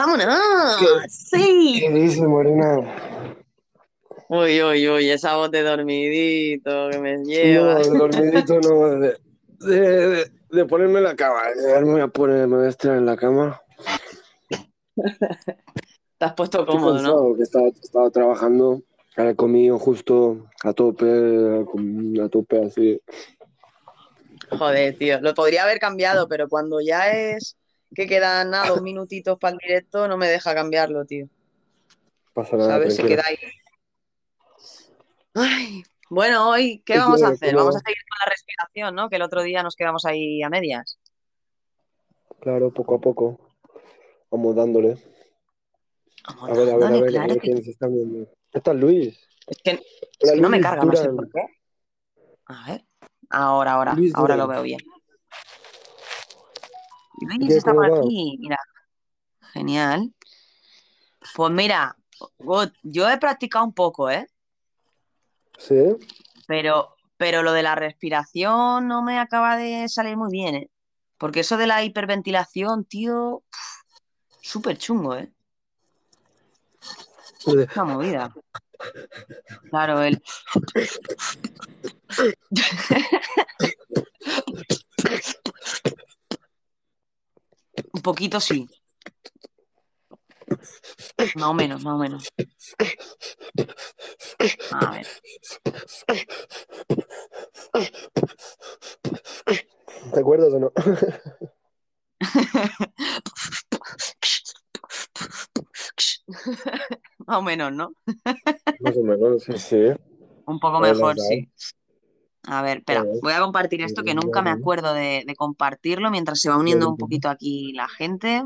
¿Qué, ¡Vámonos! ¡Sí! qué dice Morena? Uy, uy, uy, esa voz de dormidito que me lleva. No, de dormidito no, de ponerme en la cama. Ya me voy a poner, me voy a estirar en la cama. Te has puesto Estoy cómodo, ¿no? cansado, que estaba trabajando. Ahora he comido justo a tope así. Joder, tío. Lo podría haber cambiado, pero cuando ya es que quedan nada, 2 minutitos para el directo, no me deja cambiarlo, tío. Pasa nada, ¿Sabes? Se tranquila. queda ahí. Ay, bueno, hoy, ¿qué ¿Y vamos a qué? hacer? Vamos a ¿Cómo? seguir con la respiración, ¿no? Que el otro día nos quedamos ahí a medias. Claro, poco a poco. Vamos dándole. Vamos A dándole, ver, claro que quiénes están viendo. ¿Qué tal, Luis? es Hola, que no me Luis carga, no sé por Durán. qué. A ver. Ahora, ahora, Luis ahora lo Durán. veo bien. ¿Y Luis qué? está ¿Cómo por va? aquí. Mira, genial. Pues mira, yo he practicado un poco, ¿eh? ¿Sí? Pero lo de la respiración no me acaba de salir muy bien, ¿eh? Porque eso de la hiperventilación, tío, súper chungo, ¿eh? Una movida. Claro, un poquito sí, más o menos, más o menos. A ver. ¿Te acuerdas o no? Más o menos, ¿no? Más o menos, sí, sí. Un poco Ahí las mejor, das. sí. A ver, espera, voy a ¿Sabes? compartir esto que nunca me acuerdo de compartirlo mientras se va uniendo un poquito aquí la gente.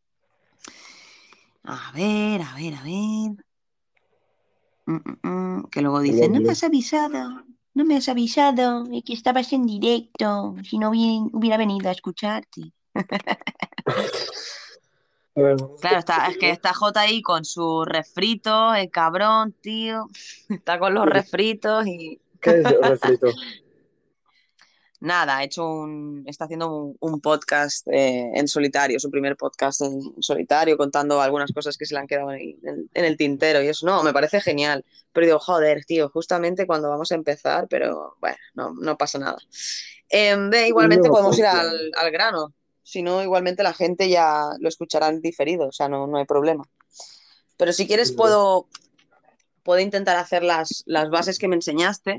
A ver, a ver, a ver. Que luego dicen, no me has avisado, no me has avisado, y que estabas en directo, si no hubiera venido a escucharte. A ver, vamos a Claro, hacer es que está J ahí con su refrito, el cabrón, tío. Está con los refritos y ¿qué es refrito? nada, está haciendo un podcast en solitario, su primer podcast en solitario, contando algunas cosas que se le han quedado en el tintero y eso, no, me parece genial. Pero digo, joder, tío, justamente cuando vamos a empezar, pero bueno, no, no pasa nada. Igualmente No podemos ir pasa. al grano, si no, igualmente la gente ya lo escuchará en diferido, o sea, no, no hay problema. Pero si quieres puedo intentar hacer las bases que me enseñaste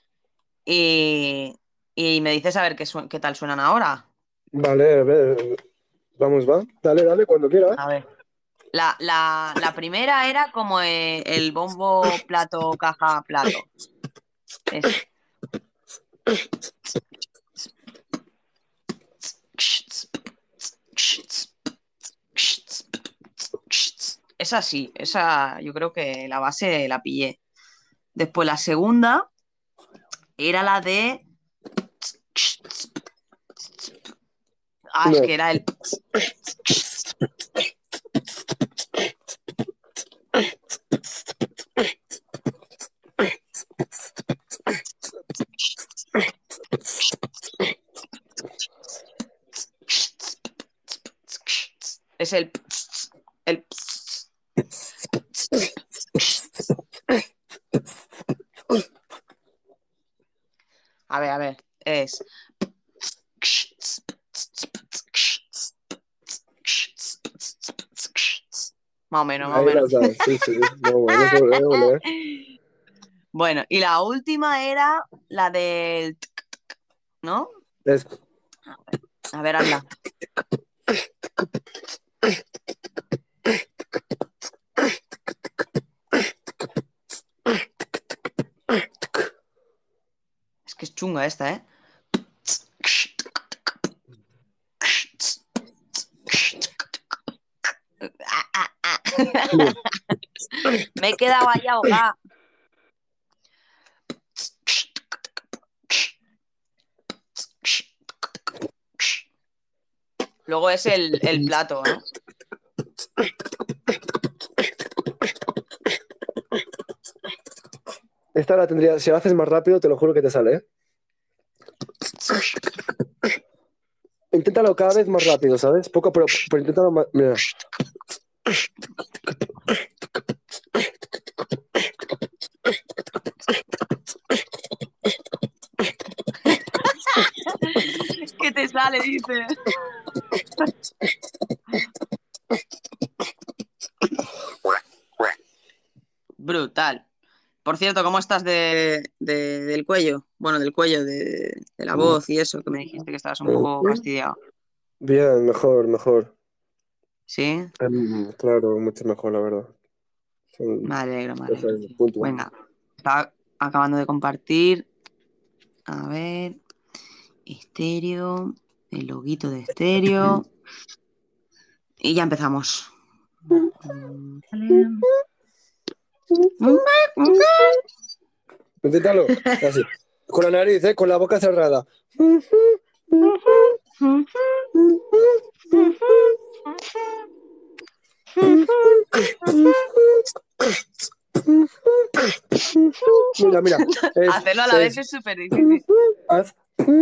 y, y me dices a ver qué tal suenan ahora. Vale, a ver. Vamos, va. Dale, dale, cuando quieras. A ver. La primera era como el bombo, plato, caja, plato. Esa. Esa sí, esa yo creo que la base la pillé. Después la segunda era la de... Ah, es No. que era el... Es el... a ver, es... Más o menos, más o Ahí menos. las das, sí, sí. No, vamos a volver, a volver. Bueno, y la última era la del... ¿no? Es- A ver, hazla. Es que es chunga esta, ¿eh? Me he quedado ahí ahogada. Luego es el plato, ¿no? Esta la tendría, si la haces más rápido, te lo juro que te sale, ¿eh? Inténtalo cada vez más rápido, ¿sabes? Poco, pero inténtalo más. Mira. sale, dice. Brutal. Por cierto, ¿cómo estás del cuello? Bueno, del cuello, de la voz y eso, que me dijiste que estabas un poco fastidiado. Bien, mejor, mejor. ¿Sí? Claro, mucho mejor, la verdad. Me Son alegro, me cosas alegro, de tío. punto. Venga, estaba acabando de compartir. A ver, estéreo, el loguito de estéreo. Y ya empezamos. Inténtalo, así. Con la nariz, con la boca cerrada. Mira, mira. Hacerlo a la vez Es, es súper difícil. haz.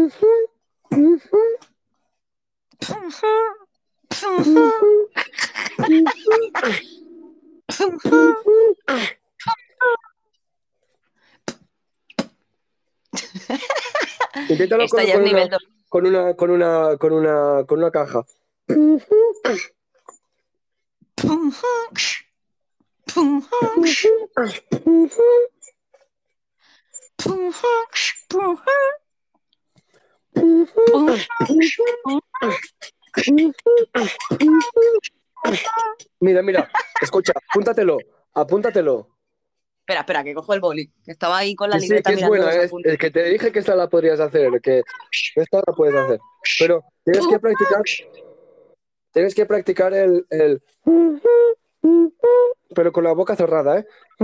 Inténtalo Esto ya es nivel 2. con una caja. Mira, mira, escucha, apúntatelo, apúntatelo. Espera, espera, que cojo el boli. Que estaba ahí con la Sí, sí, libreta que es mirando buena, los es el apuntes. que te dije que esta la podrías hacer, que esta la puedes hacer. Pero tienes que practicar pero con la boca cerrada, ¿eh?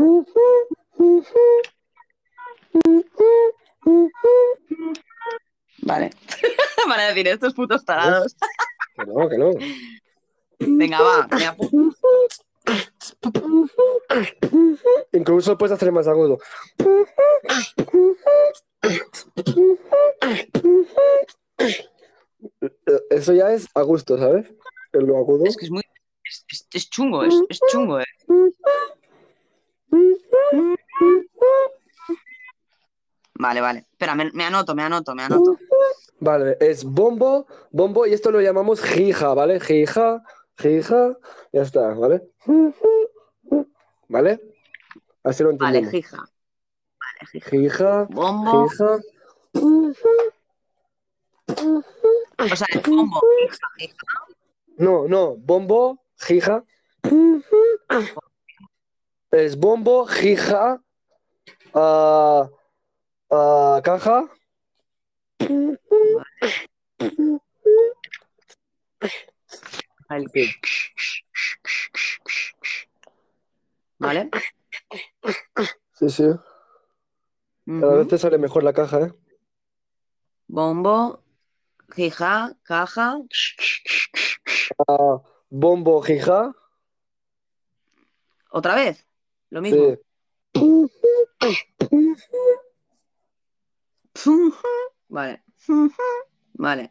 Vale. Para decir estos putos ¿Ves? tarados. Que no, que no. Venga, va, me apunto. Incluso puedes hacer más agudo. Eso ya es a gusto, ¿sabes? Lo Es agudo. que es muy. Es chungo, es chungo, eh. Vale, vale. Espera, me anoto, me anoto, me anoto. Vale, es bombo, bombo, y esto lo llamamos jija, ¿vale? Jija, jija, ya está, ¿vale? ¿Vale? Así lo Vale, entendemos. jija. Vale, jija. Jija, Bombo. jija. O sea, es bombo, jija, jija. No, no, bombo, jija. Es bombo, jija, ah, caja. Vale. El- Sí. ¿Vale? Sí, sí. Cada vez Ujú. te sale mejor la caja, ¿eh? Bombo, jija, caja. Bombo, jija. ¿Otra vez? Lo Sí. mismo. Vale. Vale.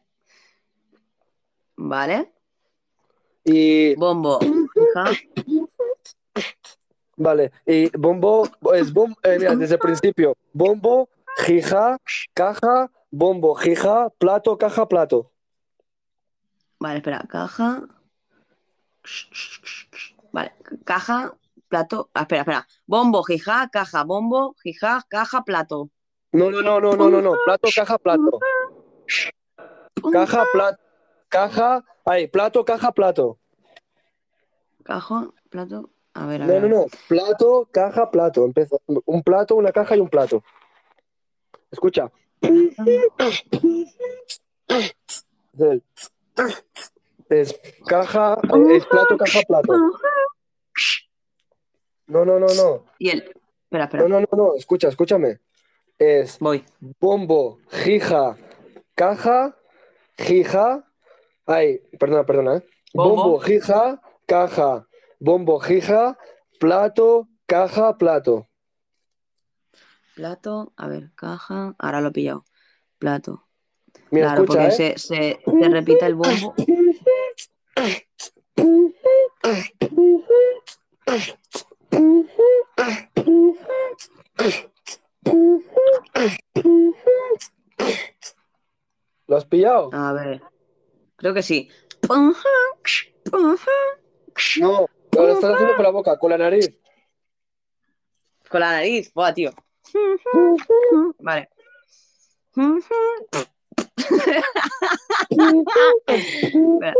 Vale. Y Bombo, jija. vale, y bombo es mira, desde el principio. Bombo, jija, caja, bombo, jija, plato, caja, plato. Vale, espera. Caja. Vale. Caja, plato. Ah, espera, espera. Bombo, jija, caja. Bombo, jija, caja, plato. No, no, no, no, no, no, no. Plato, caja, plato. Caja, plato, caja, ay, plato, caja, plato. Caja, plato. A ver, a ver, No, a no, ver. no. Plato, caja, plato. Empieza. Un plato, una caja y un plato. Escucha. Es caja, es plato, caja, plato. No, no, no, no. Y el. Espera, No, espera. no, no, no. Escúchame. Es Voy. bombo, jija, caja, jija. Ay, perdona, perdona, ¿eh? Bombo, Bombo, jija, caja. Bombo, jija, plato, caja, plato. plato. A ver, caja. Ahora lo he pillado. Plato. Mira, Claro, escucha, porque ¿eh? se repite el bombo. ¿Lo has pillado? A ver, creo que sí. No, lo estás haciendo con la boca, con la nariz. Con la nariz. Buah, tío. Vale. Espera.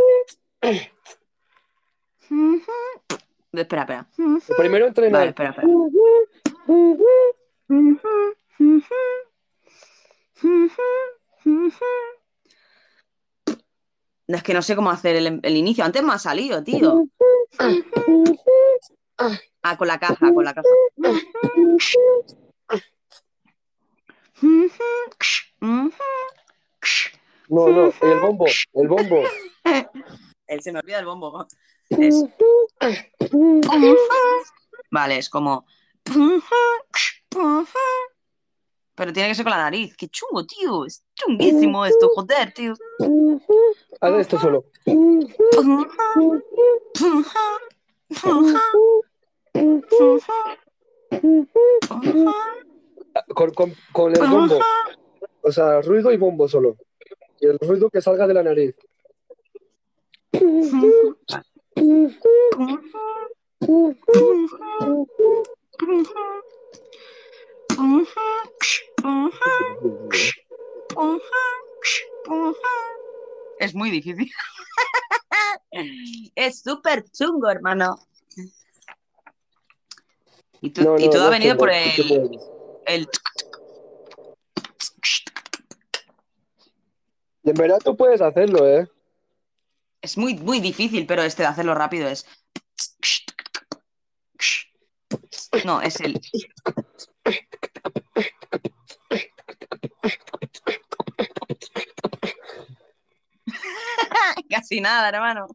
Espera. Primero Vale, entrenar. espera. Es que no sé cómo hacer el inicio. Antes me ha salido, tío. Ah, con la caja, con la caja. No, no, el bombo, el bombo. Se me olvida el bombo. Es. Vale, es como. Pero tiene que ser con la nariz. Qué chungo, tío. Es chunguísimo esto, joder, tío. Haz esto solo. Con el bombo. O sea, ruido y bombo solo. Y el ruido que salga de la nariz. Es muy difícil. Es súper chungo, hermano. No, Y no, todo ha no es venido por chungo. ¿Qué puedes? el... Y en verdad tú puedes hacerlo, ¿eh? Es muy, muy difícil, pero este de hacerlo rápido es... No, es el... Casi nada, hermano.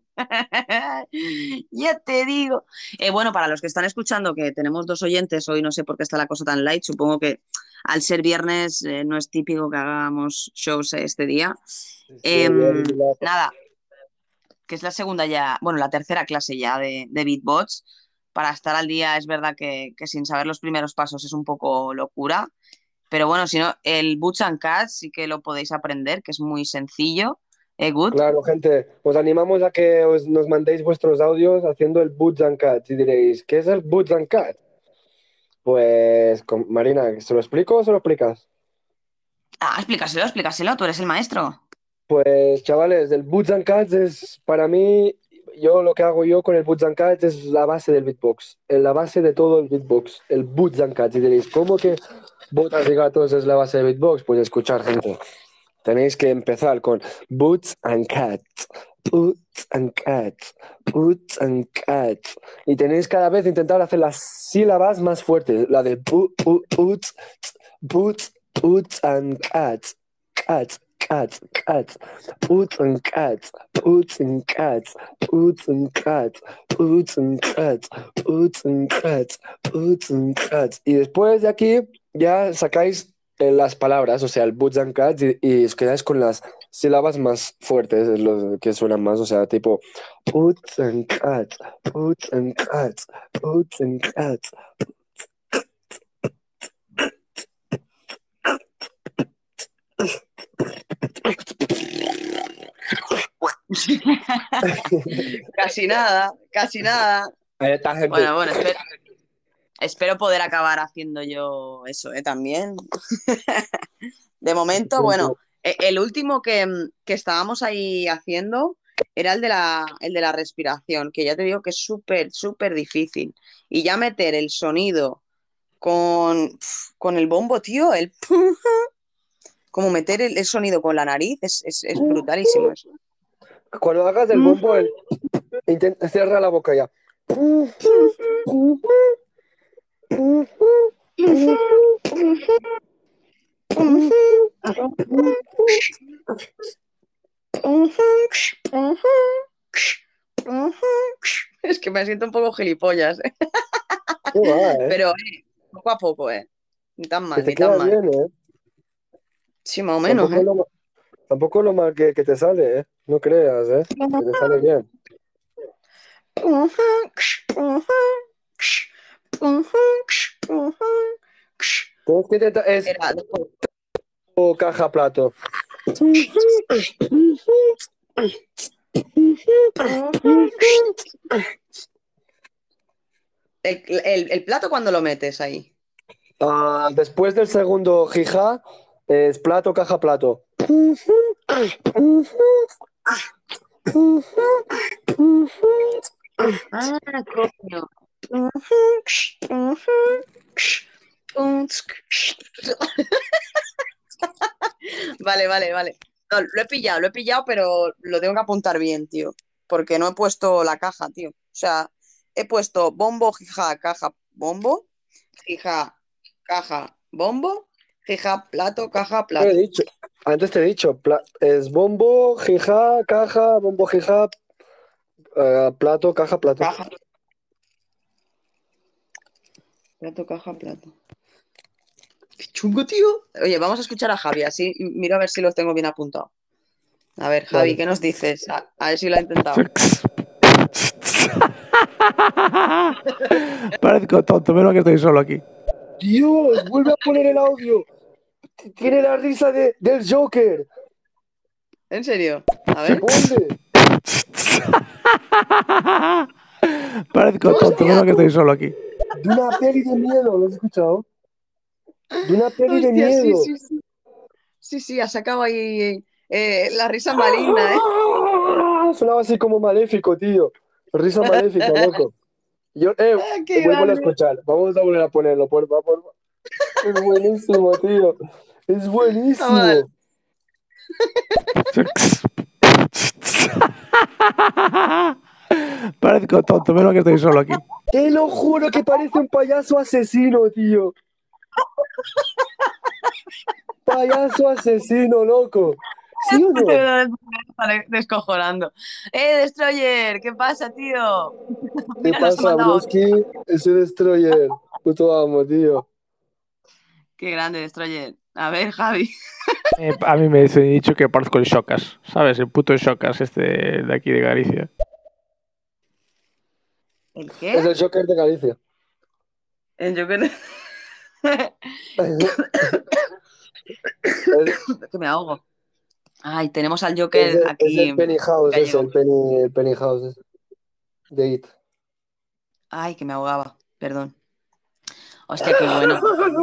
Ya te digo. Bueno, para los que están escuchando, que tenemos 2 oyentes, hoy no sé por qué está la cosa tan light, supongo que al ser viernes no es típico que hagamos shows este día. Sí, ya. Nada, que es la segunda ya, bueno, la tercera clase ya de Beatbox. Para estar al día es verdad que sin saber los primeros pasos es un poco locura, pero bueno, si no, el Boots and Cats sí que lo podéis aprender, que es muy sencillo. Good. Claro, gente, os animamos a que nos mandéis vuestros audios haciendo el Boots and Cats y diréis, ¿qué es el Boots and Cats? Pues, Marina, ¿se lo explico o se lo explicas? Ah, explícaselo, tú eres el maestro. Pues, chavales, el Boots and Cats es, para mí, yo lo que hago yo con el Boots and Cats es la base del beatbox, la base de todo el beatbox, el Boots and Cats. Y diréis, ¿cómo que botas y gatos es la base del beatbox? Pues escuchar, gente. Tenéis que empezar con Boots and Cats, Boots and Cats, Boots and Cats. Y tenéis cada vez intentar hacer las sílabas más fuertes, la de boots, boots, boots and cats, cats, cats, cats, boots and cats, boots and cats, boots and cats, boots and cats, boots and cats, boots and cats. Y después de aquí ya sacáis las palabras, o sea, el boots and cats, y os quedáis con las sílabas más fuertes, los que suenan más, o sea, tipo boots and cats, boots and cats, boots and cats. Casi nada, casi nada. Ahí está, gente. Bueno, espero poder acabar haciendo yo eso, también. De momento, bueno, el último que estábamos ahí haciendo era el de la respiración, que ya te digo que es súper, súper difícil. Y ya meter el sonido con el bombo, tío, como meter el sonido con la nariz, es brutalísimo eso. Cuando hagas el bombo, cierra la boca ya. Es que me siento un poco gilipollas, ¿eh? Qué va, Pero poco a poco, ¿eh? Ni tan que mal, te ni tan queda mal. bien, ¿eh? Sí, más o menos, Tampoco ¿eh? lo, tampoco lo mal que te sale, ¿eh? No creas, ¿eh? Que te sale bien. Tienes que intentar, es Era o caja plato. El plato cuando lo metes ahí. Después del segundo jija, es plato, caja, plato. Ah, coño. Vale, vale, vale. No, lo he pillado, pero lo tengo que apuntar bien, tío. Porque no he puesto la caja, tío. O sea, he puesto bombo, jija, caja, bombo, jija, caja, bombo, jija, plato, caja, Te he plato. dicho, antes te he dicho, es bombo, jija, caja, bombo, jija, plato, caja, plato. Caja, plato, caja, plato. Qué chungo, tío. Oye, vamos a escuchar a Javi, así miro a ver si los tengo bien apuntados. A ver, Javi, Vale. ¿qué nos dices? A ver si lo ha intentado. Parezco tonto, menos que estoy solo aquí. Dios, vuelve a poner el audio. Tiene la risa del Joker. ¿En serio? A ver. Ponle. Parezco tonto, ¡Hostia, menos que tú! estoy solo aquí. De una peli de miedo, ¿lo has escuchado? De una peli de Hostia, sí, miedo. sí, sí. Sí, sí, ha sacado ahí la risa maligna, ¿eh? Sonaba así como maléfico, tío. Risa maléfica, loco. Yo, ¡Ah, qué vuelvo a grande! escuchar. Vamos a volver a ponerlo, por favor. Es buenísimo, tío. Es Vamos, buenísimo. Parezco tonto, menos que estoy solo aquí. Te lo juro que parece un payaso asesino, tío. Payaso asesino, loco. ¿Sí o no? vale, descojonando. Destroyer! ¿Qué pasa, tío? ¿Qué Mira, nos ha pasa, mandado. broski? Ese Destroyer. Puto amo, tío. Qué grande, Destroyer. A ver, Javi. A mí me dicen dicho que parezco el Shocas, ¿sabes? El puto Shocas este de aquí de Galicia. ¿El Es qué? el Joker de Galicia. El Joker. Es, Que me ahogo. Ay, tenemos al es, Joker el, es el aquí Penny House, es gallego. el Penny House de It. Ay, que me ahogaba. Perdón. Hostia, qué bueno.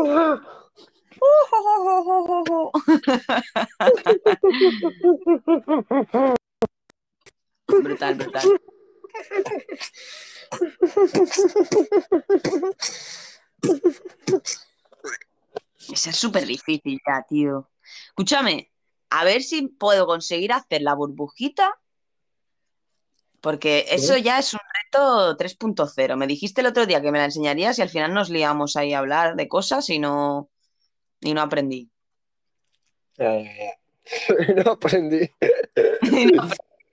Brutal, brutal. Eso es súper difícil ya, tío. Escúchame, a ver si puedo conseguir hacer la burbujita, porque eso ya es un reto 3.0. Me dijiste el otro día que me la enseñarías y al final nos liamos ahí a hablar de cosas y no aprendí. Ya, ya, ya. No aprendí. Y no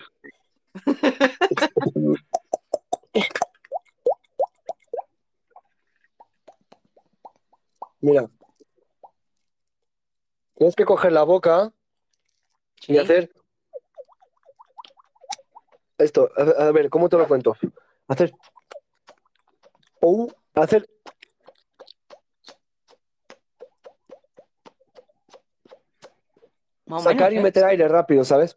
Mira, tienes que coger la boca y aprendí. hacer esto. A ver, ¿cómo te lo cuento? Hacer, hacer, Más o sacar menos, y ¿eh? meter aire rápido, ¿sabes?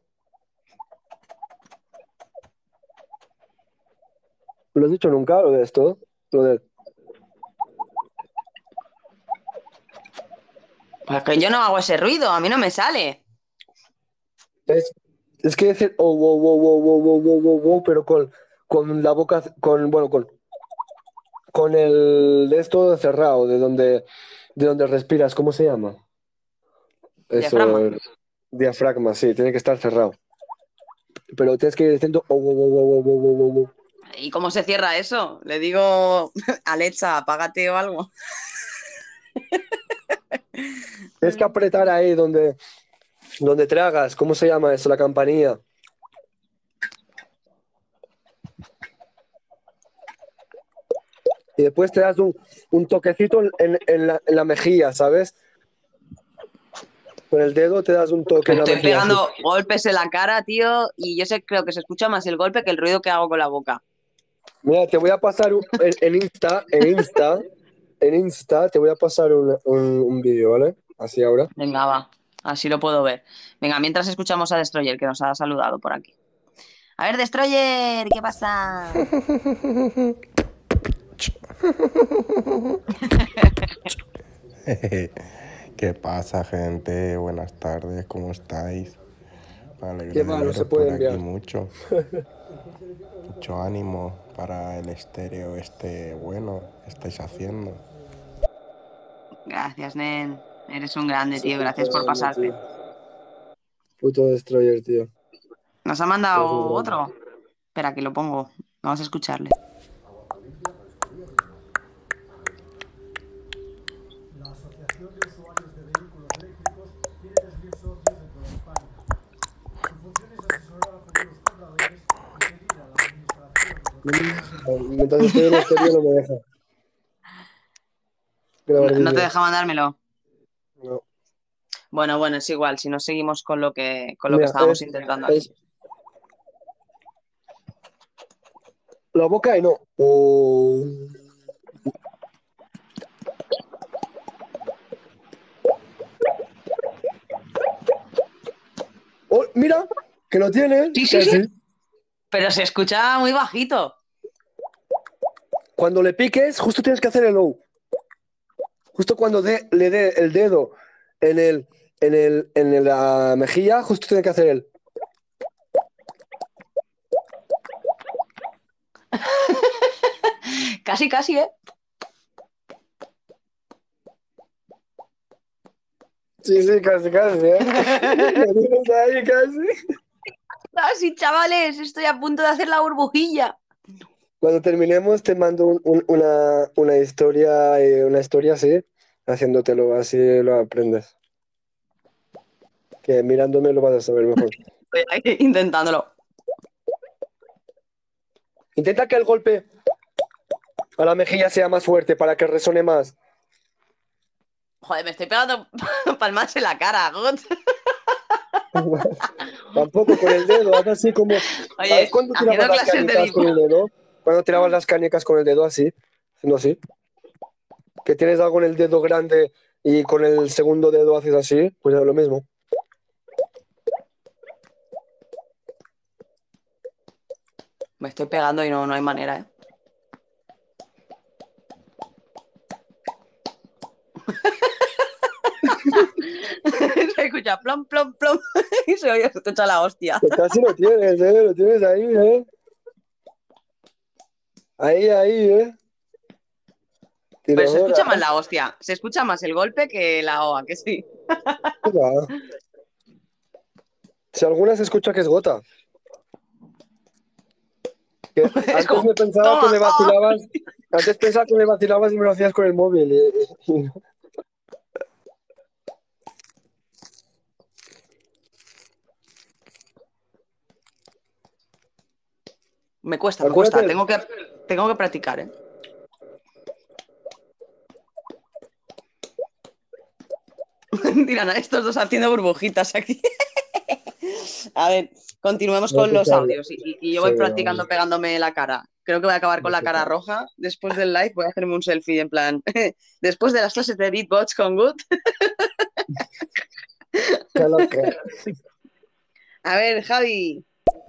¿Lo has dicho nunca, lo de esto? Lo de... Pues que yo no hago ese ruido, a mí no me sale. Es, es que decir, oh, wow, wow, wow, wow, wow, wow, wow, wow, pero con la boca, bueno, con el de esto cerrado, de donde respiras, ¿cómo se llama? Eso, Diafragma. diafragma, sí, tiene que estar cerrado. Pero tienes que ir diciendo, oh, wow, wow, wow, wow, wow, wow, wow, wow. ¿Y cómo se cierra eso? Le digo, Alexa, apágate o algo. Tienes que apretar ahí donde tragas, ¿cómo se llama eso? La campanilla. Y después te das un toquecito en la mejilla, ¿sabes? Con el dedo te das un toque Me en la estoy mejilla, así. pegando golpes en la cara, tío, y yo sé, creo que se escucha más el golpe que el ruido que hago con la boca. Mira, te voy a pasar en Insta, te voy a pasar un vídeo, ¿vale? Así ahora. Venga, va. Así lo puedo ver. Venga, mientras escuchamos a Destroyer, que nos ha saludado por aquí. A ver, Destroyer, ¿qué pasa? ¿Qué pasa, gente? Buenas tardes, ¿cómo estáis? Me Qué alegro de malo se veros puede por aquí enviar. mucho. Mucho ánimo para el estéreo bueno, estáis haciendo. Gracias, Nen. Eres un grande, Ese tío. puto Gracias por grande, pasarte. tío. Puto Destroyer, tío. ¿Nos ha Eres un mandado grande. otro? Espera, que lo pongo. Vamos a escucharle. La Asociación de Usuarios de Vehículos Eléctricos tiene 3.000 socios en toda España. Su función es asesorar a futuros compradores y pedir a la administración No me deja. Mientras estoy en estéreo no me deja grabar No te vídeos. deja mandármelo. No. Bueno, es igual. Si no seguimos con lo que Mira, estábamos intentando aquí. es la boca y no. Oh. Oh, mira, que lo tiene, Sí, sí, sí. casi. Pero se escucha muy bajito. Cuando le piques, justo tienes que hacer el O. Justo cuando le dé el dedo en la mejilla, justo tiene que hacer el. Casi, casi, ¿eh? Sí, casi, ¿eh? Lo tienes ahí, casi. Casi, chavales. Estoy a punto de hacer la burbujilla. Cuando terminemos, te mando una historia así, haciéndotelo, así lo aprendes. Que mirándome lo vas a saber mejor. Estoy ahí intentándolo. Intenta que el golpe a la mejilla sea más fuerte para que resone más. Joder, me estoy pegando palmas en la cara, God. Tampoco con el dedo, haz así como. Oye, ¿Sabes cuando tirabas haciendo las clases de canicas con el beatbox. dedo? Cuando tirabas las canicas con el dedo así, haciendo así. Que tienes algo en el dedo grande y con el segundo dedo haces así, pues es lo mismo. Me estoy pegando y no hay manera, ¿eh? Se escucha plom, plom, plom. Y se oye, se te echa la hostia. Que casi lo tienes, ¿eh? Lo tienes ahí, ¿eh? Ahí, ¿eh? Pero se Tiradora. escucha más la hostia. Se escucha más el golpe que la OA, que sí. Va. Si alguna se escucha que es gota. Que Es antes como, me pensaba que toma, me ja. vacilabas. Antes pensaba que me vacilabas y me lo hacías con el móvil. Y no. Me cuesta. Acuérdate. Tengo que practicar, ¿eh? Dirán, estos dos haciendo burbujitas aquí. A ver, continuemos Voy a con los escucharlo. audios y yo Sí, voy vamos. practicando pegándome la cara. Creo que voy a acabar con la cara roja. Después del live voy a hacerme un selfie en plan, después de las clases de beatbox con Good. Qué loca. A ver, Javi.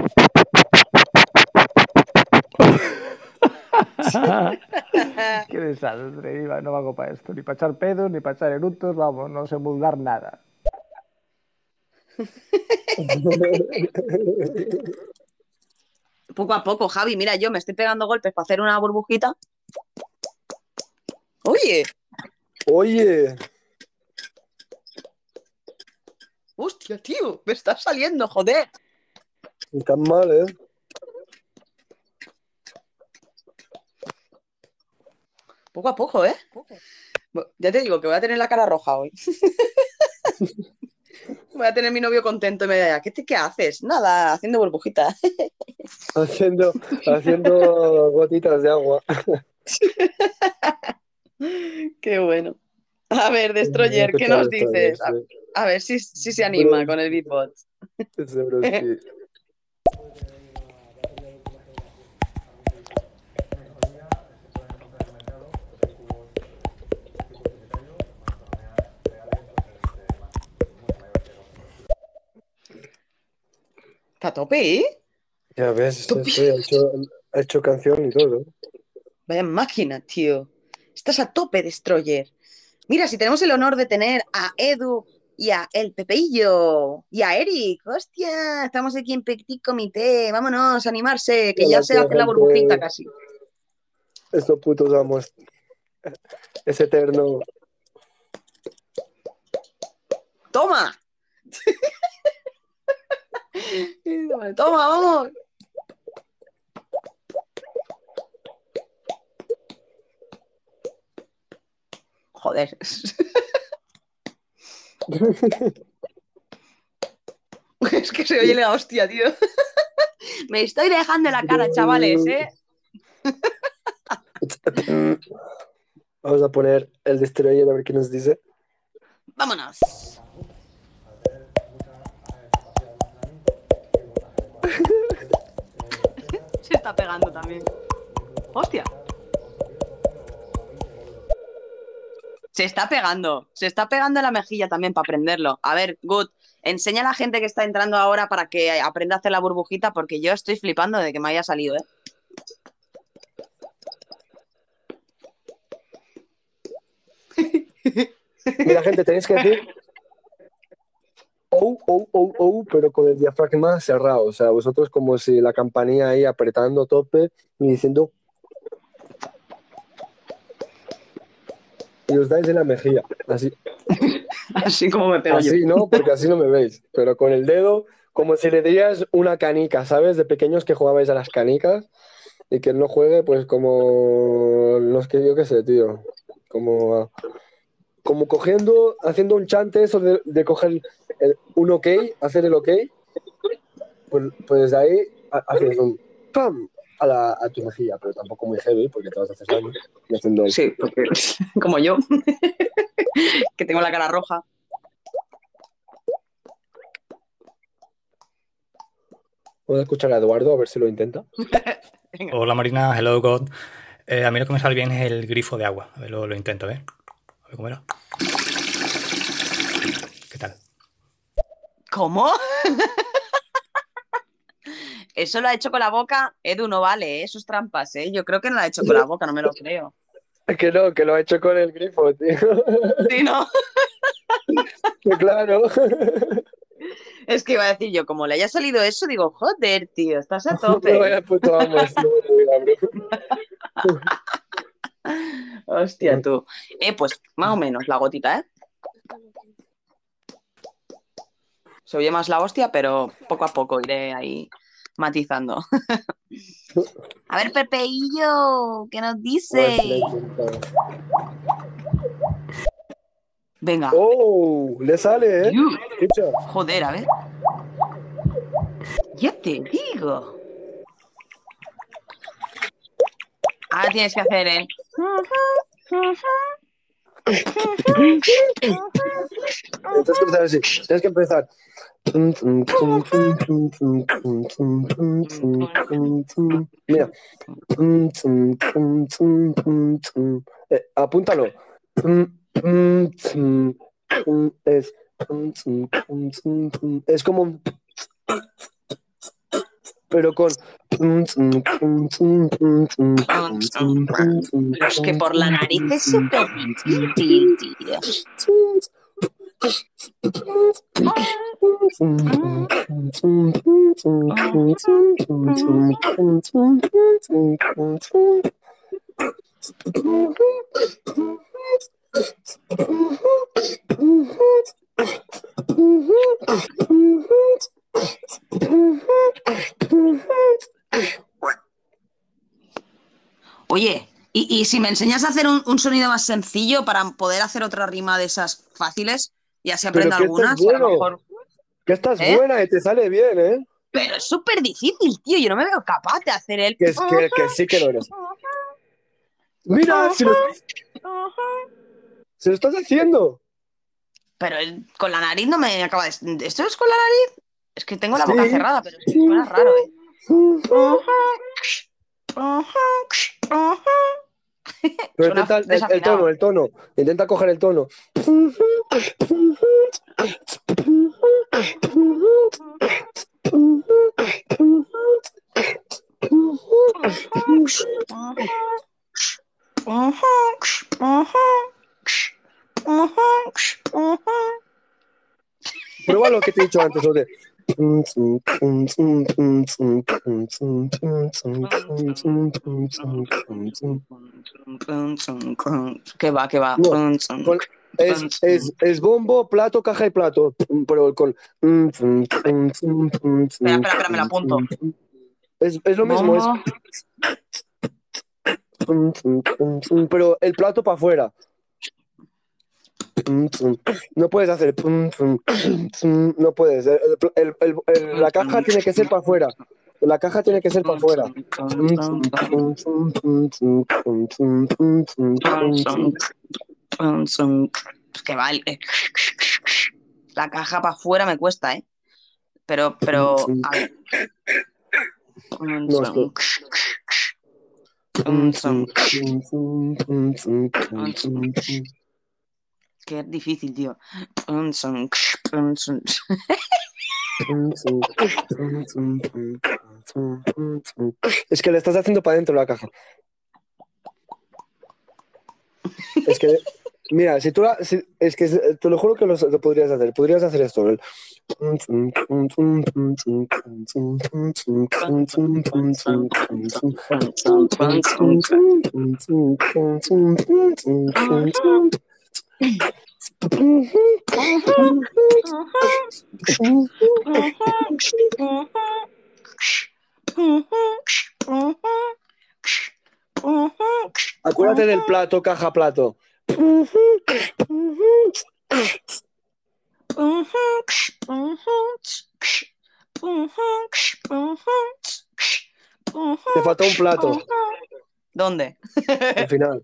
Qué desastre, Iba, no hago para esto, ni para echar pedos, ni para echar eructos, vamos, no sé vulgar nada. Poco a poco, Javi. Mira, yo me estoy pegando golpes para hacer una burbujita. Oye, Oye, hostia, tío, me está saliendo, joder. no tan mal, ¿eh? Poco a poco, ¿eh? Ya te digo que voy a tener la cara roja hoy. Voy a tener mi novio contento y me dirá, ¿qué haces? Nada, haciendo burbujitas. Haciendo gotitas de agua. Qué bueno. A ver, Voy a Destroyer, ¿qué escuchar nos esto, a ver, dices? sí. A ver si se anima Bros, con el beatbox. ese broski. Está a tope, ¿eh? Ya ves, ha hecho canción y todo. Vaya máquina, tío. Estás a tope, Destroyer. Mira, si tenemos el honor de tener a Edu y a El Pepeillo y a Eric. ¡Hostia! Estamos aquí en Petit Comité. Vámonos a animarse, que ya Hola, se tía, hace la burbujita gente. casi. Estos putos amos. Es eterno. ¡Toma! ¡Toma, vamos! Joder. Es que se oye la hostia, tío. Me estoy dejando la cara, chavales, ¿eh? Vamos a poner el Destroyer a ver qué nos dice. Vámonos. Se está pegando también. ¡Hostia! Se está pegando en la mejilla también para aprenderlo. A ver, Good, enseña a la gente que está entrando ahora para que aprenda a hacer la burbujita, porque yo estoy flipando de que me haya salido, ¿eh? Mira, gente, tenéis que decir pero con el diafragma cerrado. O sea, vosotros como si la campanilla ahí apretando a tope y diciendo. Y os dais en la mejilla. Así. Así como me pego yo. Así, ¿no? Porque así no me veis. Pero con el dedo, como si le dieras una canica, ¿sabes? De pequeños que jugabais a las canicas. Y que no juegue, pues como los que yo qué sé, tío. Como cogiendo, haciendo un chante eso de coger un ok, hacer el ok. Pues de ahí haces un ¡pam! A tu mejilla, pero tampoco muy heavy, porque te vas a hacer daño. Y haciendo el... Sí, porque como yo, que tengo la cara roja. Voy a escuchar a Eduardo a ver si lo intenta. Hola Marina, hello God. A mí lo que me sale bien es el grifo de agua. A ver, lo intento, a ver. A ver cómo era. ¿Qué tal? ¿Cómo? Eso lo ha hecho con la boca. Edu, no vale, ¿eh? Eso es trampas, ¿eh? Yo creo que no lo ha hecho con la boca, no me lo creo. Que no, que lo ha hecho con el grifo, tío. Sí, ¿no? Claro. Es que iba a decir yo, como le haya salido eso, digo, joder, tío, estás a No tope. vaya puto amo, bro. Hostia, tú. Pues más o menos la gotita, ¿eh? Se oye más la hostia, pero poco a poco iré ahí matizando. A ver, Pepeillo, ¿qué nos dice? Venga. ¡Oh! Le sale, ¿eh? Escucha. Joder, a ver. Ya te digo. Ahora tienes que hacer el... Entonces empezar así. Tienes que empezar. Mira. Apúntalo. Es como un... Pero con... Pero es que por la nariz es súper difícil, tío. Oye, ¿y si me enseñas a hacer un sonido más sencillo para poder hacer otra rima de esas fáciles? Y así Pero aprendo que algunas, estás bueno. a lo mejor. Que estás ¿Eh? buena y te sale bien, ¿eh? Pero es súper difícil, tío. Yo no me veo capaz de hacer el... Que sí que lo eres. Mira, si lo estás haciendo. Pero con la nariz no me acaba de... ¿Esto es con la nariz? Es que tengo la boca Sí. cerrada, pero suena raro, ¿eh? Pero Suena intenta el desafinado. tono. Intenta coger el tono. lo que te he dicho antes, lo de... ¿Qué va, qué va? No, es bombo, plato, caja y plato. Pero con... Espera, me lo apunto. Es lo mismo, es... Bombo. Pero el plato para afuera. No puedes hacer... No puedes. La caja tiene que ser para afuera. La caja tiene que ser para afuera. Que va, la caja para afuera me cuesta, ¿eh? Pero, a ver. No, es que... Qué difícil, tío. Es que le estás haciendo para adentro la caja. Es que, mira, si tú es que te lo juro que lo podrías hacer. Podrías hacer esto. Acuérdate del plato, caja, plato. Te falta un plato ¿Dónde? al final.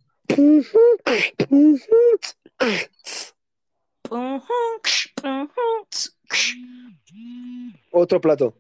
Otro plato.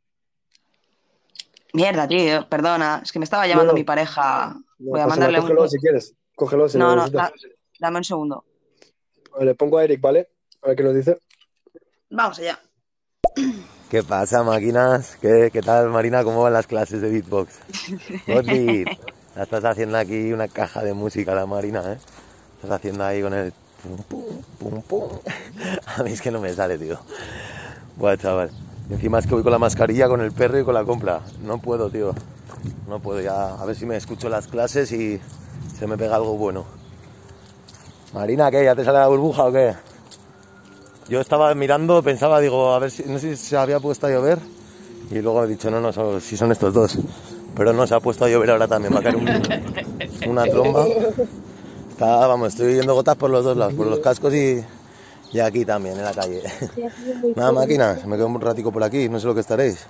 Mierda, tío, perdona. Es que me estaba llamando No. mi pareja. No Voy a pasa nada, mandarle cógelo un... si quieres. Cógelo si lo No, necesitas. dame un segundo. Le pongo a Eric, ¿vale? A ver qué nos dice. Vamos allá. ¿Qué pasa, máquinas? ¿Qué tal, Marina? ¿Cómo van las clases de beatbox? Godbeat, ya estás haciendo aquí una caja de música, la Marina, ¿eh? Estás haciendo ahí con el pum, pum, pum, pum. A mí es que no me sale, tío. Buah, chaval. Y encima es que voy con la mascarilla, con el perro y con la compra. No puedo, tío. No puedo ya. A ver si me escucho las clases y se me pega algo bueno. Marina, ¿qué? ¿Ya te sale la burbuja o qué? Yo estaba mirando, pensaba, digo, a ver si, no sé si se había puesto a llover. Y luego he dicho, no, si son estos dos. Pero no, se ha puesto a llover ahora también, va a caer una tromba. Estoy viendo gotas por los dos lados, por los cascos y aquí también, en la calle. Nada, máquinas, me quedo un ratico por aquí, no sé lo que estaréis.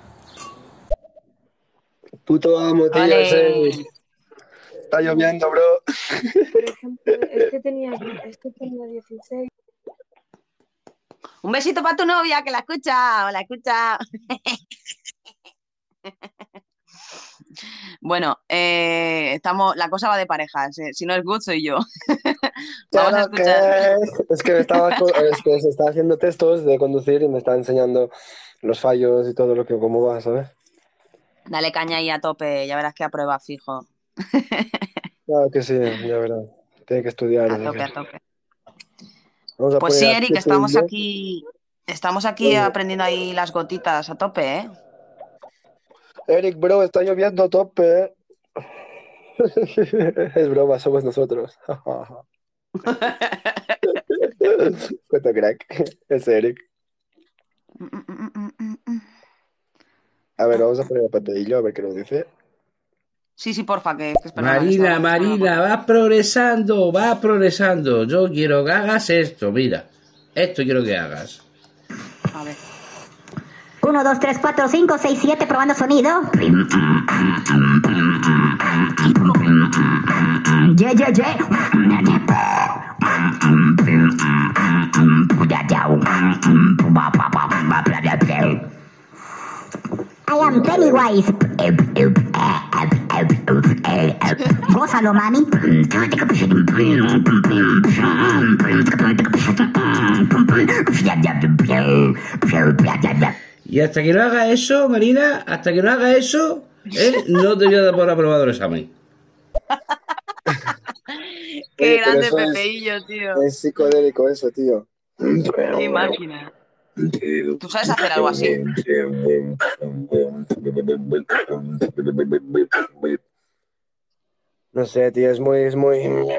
Puto amo, tío, Vale. Está lloviendo, bro. Por ejemplo, este tenía 16. Un besito para tu novia, que la escucha. Bueno, la cosa va de parejas. Si no es good, soy yo. Vamos a escuchar. Es que se está haciendo textos de conducir y me está enseñando los fallos y todo lo que cómo va, ¿sabes? Dale caña ahí a tope, ya verás que aprueba fijo. Claro que sí, ya verás. Tiene que estudiar. A tope. Vamos a Pues poner sí, a Eric, Tete estamos y yo. aquí aprendiendo ahí las gotitas a tope, ¿eh? Eric, bro, está lloviendo a tope. Es broma, somos nosotros. Cuánto crack. Es Eric. A ver, vamos a poner a Pateillo a ver qué nos dice. Sí, porfa, que perdona, Marina, va progresando. Yo quiero que hagas esto, mira. Esto quiero que hagas. A ver. 1, 2, 3, 4, 5, 6, 7, probando sonido. I am Pennywise. Gózalo, mami. Y hasta que no haga eso, Marina, no te voy a dar por aprobado el examen. Qué grande Pepeillo, tío. Es psicodélico eso, tío. Qué máquina. ¿Tú sabes hacer algo así? No sé, tío, es muy...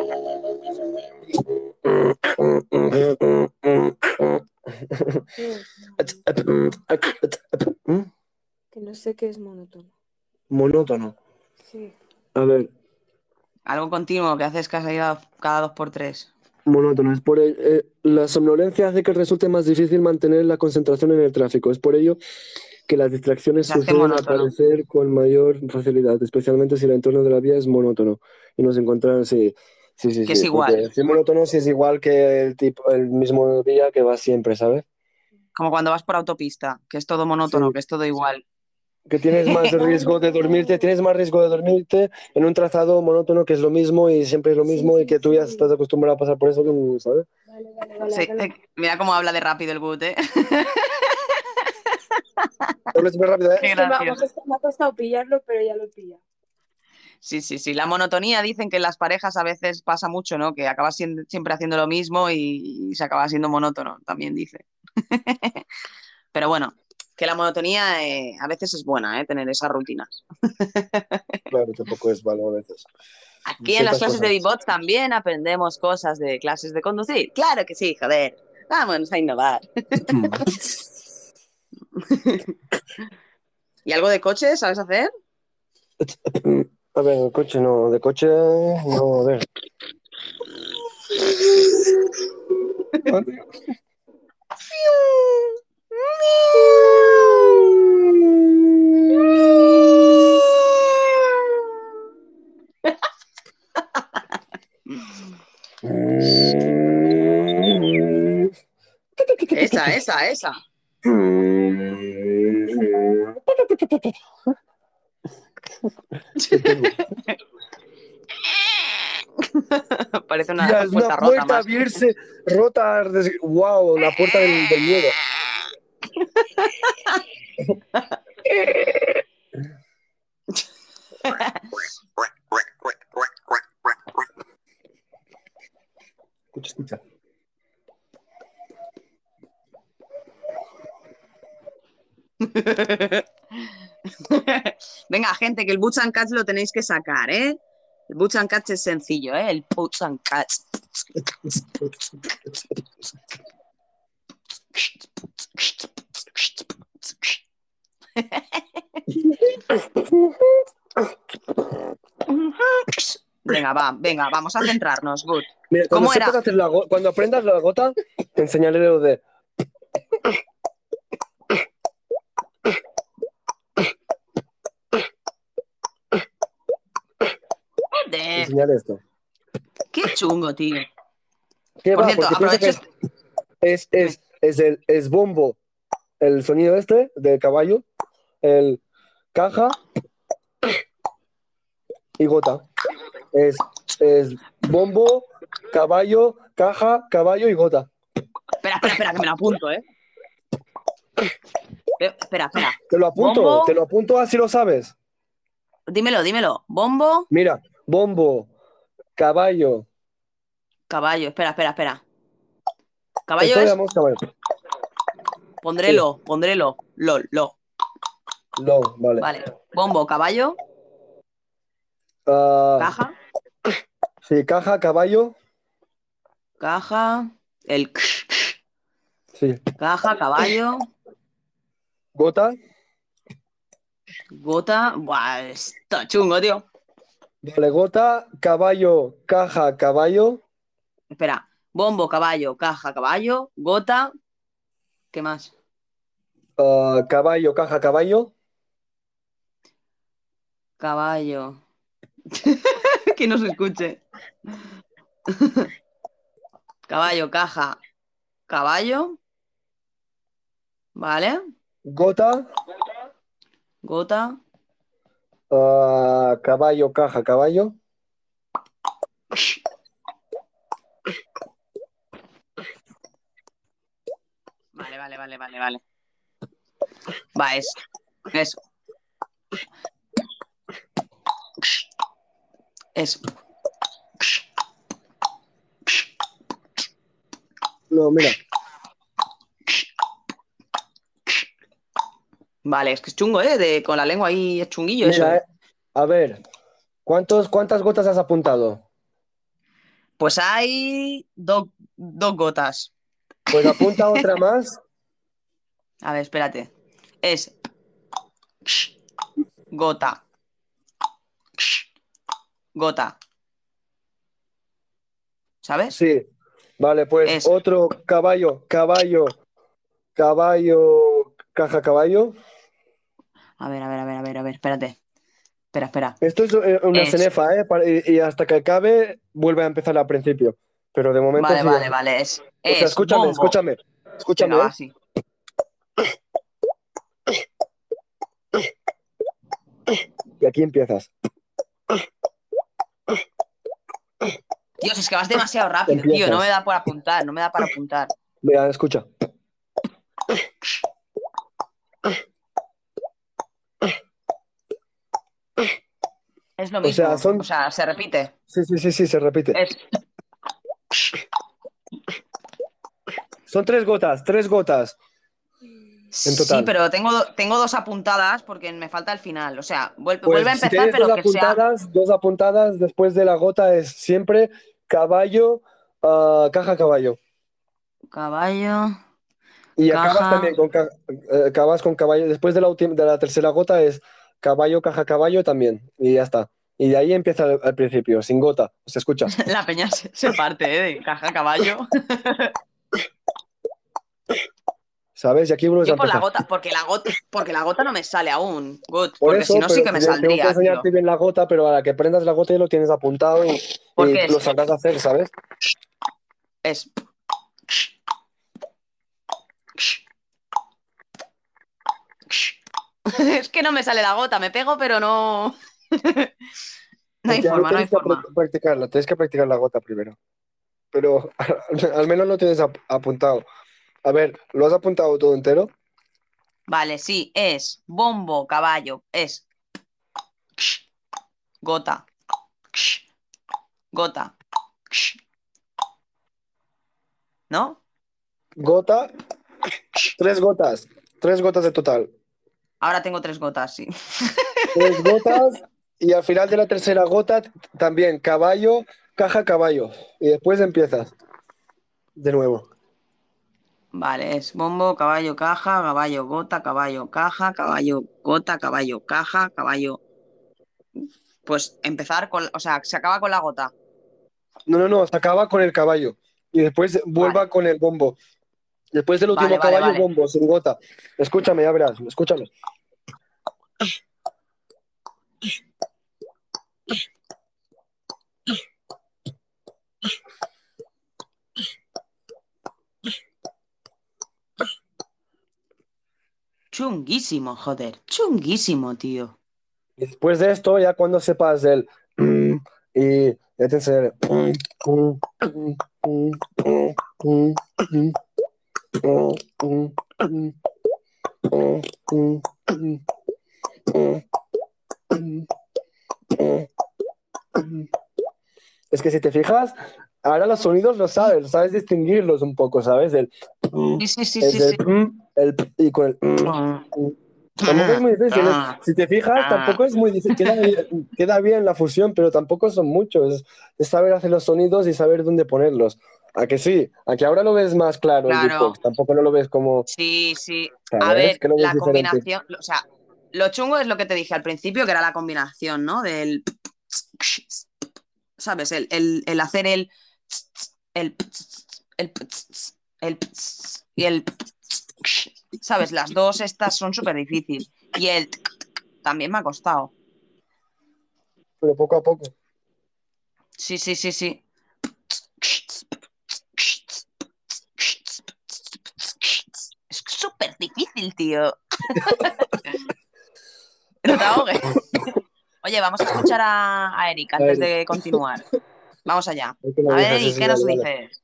Que no sé qué es monótono. Monótono. Sí. A ver, Algo continuo que haces cada 2 por 3. monótono. Es por la somnolencia hace que resulte más difícil mantener la concentración en el tráfico. Es por ello que las distracciones Se hace suceden monótono. aparecer con mayor facilidad, especialmente si el entorno de la vía es monótono. Y nos encontramos, sí, sí, sí, Que es sí, porque igual. si es monótono sí es igual que el mismo día que va siempre, ¿sabes? Como cuando vas por autopista, que es todo monótono, Sí, que es todo igual. que tienes más riesgo de dormirte, tienes más riesgo de dormirte en un trazado monótono que es lo mismo y siempre es lo mismo y que tú ya estás acostumbrado a pasar por eso, ¿sabes? Sí, mira cómo habla de rápido el Gut, ¿eh? Hablo súper rápido, ¿eh? Qué Es que gracioso. me ha costado pillarlo, pero ya lo he pillado. Sí, sí, sí. La monotonía dicen que en las parejas a veces pasa mucho, ¿no? Que acabas siempre haciendo lo mismo y se acaba siendo monótono, también dice. Pero bueno, que la monotonía a veces es buena, ¿eh? Tener esas rutinas. Claro, tampoco es malo a veces. Aquí en las Ciertas clases de cosas. Beatbox también aprendemos cosas de clases de conducir. Claro que sí, joder. Vámonos a innovar. ¿Y algo de coche sabes hacer? A ver, de coche no, a ver. Esa. ¿Qué tengo? Parece Tía, una es una puerta rota puerta más. abrirse, rota, wow, la puerta del miedo. Escucha. Venga, gente, que el Boots and Cats lo tenéis que sacar, ¿eh? El Boots and Cats es sencillo, ¿eh? El Boots and Cats. Venga, vamos a centrarnos, Good. Mira, cuando ¿Cómo era? sepas hacer cuando aprendas la gota, te enseñaré lo de. Te Joder, enseñaré esto. qué chungo, tío. ¿Qué Por va? cierto, Porque piensa que aprovecho. es bombo, el sonido este de caballo, el caja y gota. Es bombo, caballo, caja, caballo y gota. Espera, que me lo apunto, ¿eh? Espera. Te Bombo, lo apunto así lo sabes. dímelo. Bombo, Mira, bombo, caballo. caballo. Espera. Caballo Esto le es. llamamos caballo. Sí, Pondrelo. Lo. vale. Vale. Bombo, caballo, Ah, caja, sí, caja, caballo. caja, el Sí. caja, caballo, Gota. gota. Buah, está chungo, tío. Vale, gota, caballo, caja, caballo. Espera. Bombo, caballo, caja, caballo, gota. ¿Qué más? Caballo, caja, caballo. Caballo. Que no se escuche. Caballo, caja, caballo. Vale. Gota, Gota. caballo, caja, caballo. Vale. Va, eso. Eso. No, mira. Vale, es que es chungo, ¿eh? Con la lengua ahí es chunguillo eso, Mira, ¿eh? a ver, ¿cuántas gotas has apuntado? Pues hay dos gotas. Pues apunta otra más. A ver, espérate. Es gota, gota, ¿sabes? Sí. Vale, pues Es, otro caballo, caja, caballo. a ver, espérate. Espera. Esto es una Es, cenefa, ¿eh? Y hasta que acabe, vuelve a empezar al principio. Pero de momento sí. vale. O sea, Es bombo. Venga, escúchame, va, ¿eh? sí. Y aquí empiezas. Dios, es que vas demasiado rápido, tío. No me Empiezas. da por apuntar, no me da para apuntar. Mira, escucha. Es lo O sea, mismo, o sea, se repite. Sí, se repite. Es, Son tres gotas en sí, total. pero tengo dos apuntadas porque me falta el final. O sea, vuelve a Pues si empezar, tienes pero que sea dos apuntadas después de la gota es siempre caballo, caja, caballo. caballo, Y acabas caja. también acabas con caballo. Después de la tercera gota es caballo, caja, caballo también. Y ya está. Y de ahí empieza al principio, sin gota. Se escucha. La peña se parte, ¿eh? De caja, caballo. ¿Sabes? Y aquí vuelves a Yo por la empezar. gota, porque la gota no me sale aún, God, Por porque si eso, no sí pero que me tengo que saldría, tío. enseñarte bien la gota, pero a la que prendas la gota ya lo tienes apuntado y Porque lo sabrás hacer, ¿sabes? es, es que no me sale la gota, me pego, pero no. No hay Porque ahí forma, no hay tienes que forma. practicarla, tienes que practicar la gota primero. Pero al menos lo tienes apuntado. A ver, ¿lo has apuntado todo entero? Vale, sí, es bombo, caballo, es gota, gota, ¿no? Gota, tres gotas de total. Ahora tengo tres gotas, sí. Tres gotas y al final de la tercera gota también caballo, caja, caballo. Y después empiezas de nuevo. Vale, es bombo, caballo, caja, caballo, gota, caballo, caja, caballo, gota, caballo, caja, caballo. Pues empezar con, o sea, se acaba con la gota. No, se acaba con el caballo. Y después Vale, vuelva con el bombo. Después del vale, último vale, caballo, vale. bombo, sin gota. Escúchame, ya verás, escúchame. Chunguísimo, joder. Chunguísimo, tío. Y después de esto, ya cuando sepas el y ya te enseñaré. Es que si te fijas, ahora los sonidos los sabes distinguirlos un poco, ¿sabes? Sí, sí, sí, Es sí, sí. y con el tampoco es muy difícil. Si te fijas, tampoco es muy difícil. Queda bien la fusión, pero tampoco son muchos. Es saber hacer los sonidos y saber dónde ponerlos. ¿A que sí? A que ahora lo ves más claro el Claro. beatbox. Tampoco no lo ves como, Sí, sí. A ¿sabes? ver, Que lo ves la diferente. combinación, o sea, lo chungo es lo que te dije al principio, que era la combinación, ¿no? Del, ¿sabes? El hacer el, el, el, y el, ¿sabes? Las dos estas son súper difíciles. Y el también me ha costado. Pero poco a poco. Sí, sí, sí, sí. Es súper difícil, tío. No te ahogues. Oye, vamos a escuchar a Eric A antes ver, de continuar. Vamos allá. es que lo A ver, dejas, Eric, sí, ¿qué nos dale, dale. dices?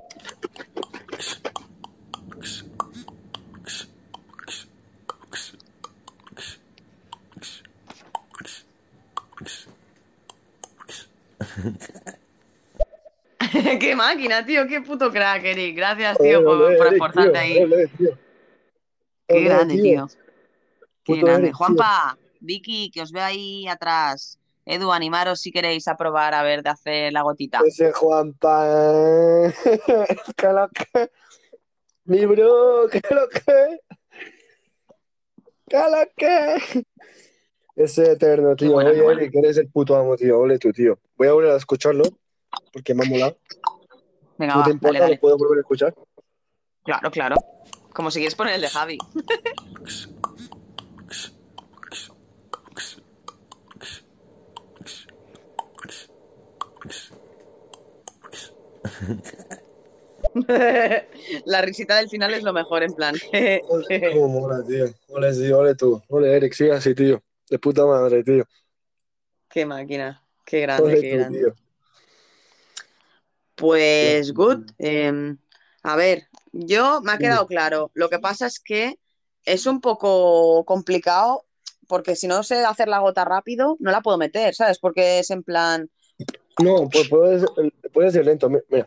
Qué máquina, tío, qué puto crack, Eric. Gracias, tío, Ole, por Eric, tío. esforzarte ahí. Ole, tío. Qué Ole, grande, tío. tío. Qué Puto grande. Eric, tío. Juanpa, Vicky, que os veo ahí atrás. Edu, animaros si queréis a probar a ver de hacer la gotita. Ese Juanpa. ¿Qué lo que? Mi bro, ¿qué lo que? ¿Qué lo que? Ese eterno, Qué tío. bueno, qué Oye, bueno. Eric, eres el puto amo, tío. Ole tú, tío. Voy a volver a escucharlo porque me ha molado. Venga, ¿No te va, dale, importa? ¿Lo dale. puedo volver a escuchar? Claro, claro. Como si quieres poner el de Javi. La risita del final es lo mejor, en plan. Cómo mola, tío. Ole, sí, ole tú. Ole, Eric, sigue así, tío. De puta madre, tío. Qué máquina. Qué grande, Ole qué tú, grande. tío. Pues Hostia, good. tío. A ver, yo me ha Dime. quedado claro. Lo que pasa es que es un poco complicado porque si no sé hacer la gota rápido, no la puedo meter, ¿sabes? Porque es en plan. No, pues puedes ir lento. Mira.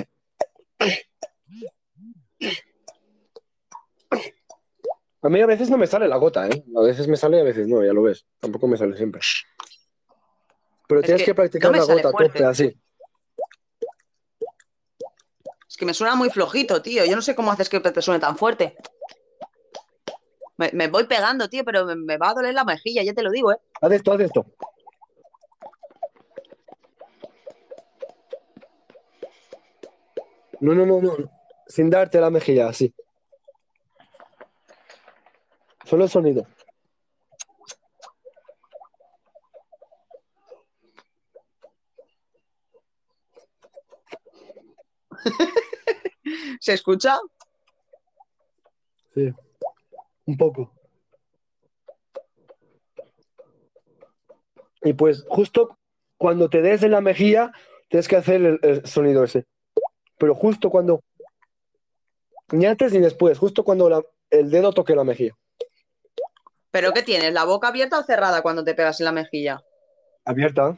A mí a veces no me sale la gota, ¿eh? A veces me sale y a veces no, ya lo ves. Tampoco me sale siempre. Pero Es tienes que que no practicar me la sale gota a tope, fuerte. así. Es que me suena muy flojito, tío. Yo no sé cómo haces que te suene tan fuerte. Me voy pegando, tío, pero me va a doler la mejilla, ya te lo digo, ¿eh? Haz esto, haz esto. No, no, no, no. Sin darte la mejilla, así. Solo el sonido. ¿Se escucha? Sí, un poco. Y pues justo cuando te des en la mejilla, tienes que hacer el sonido ese. Pero justo cuando, ni antes ni después, justo cuando el dedo toque la mejilla. ¿Pero qué tienes? ¿La boca abierta o cerrada cuando te pegas en la mejilla? Abierta.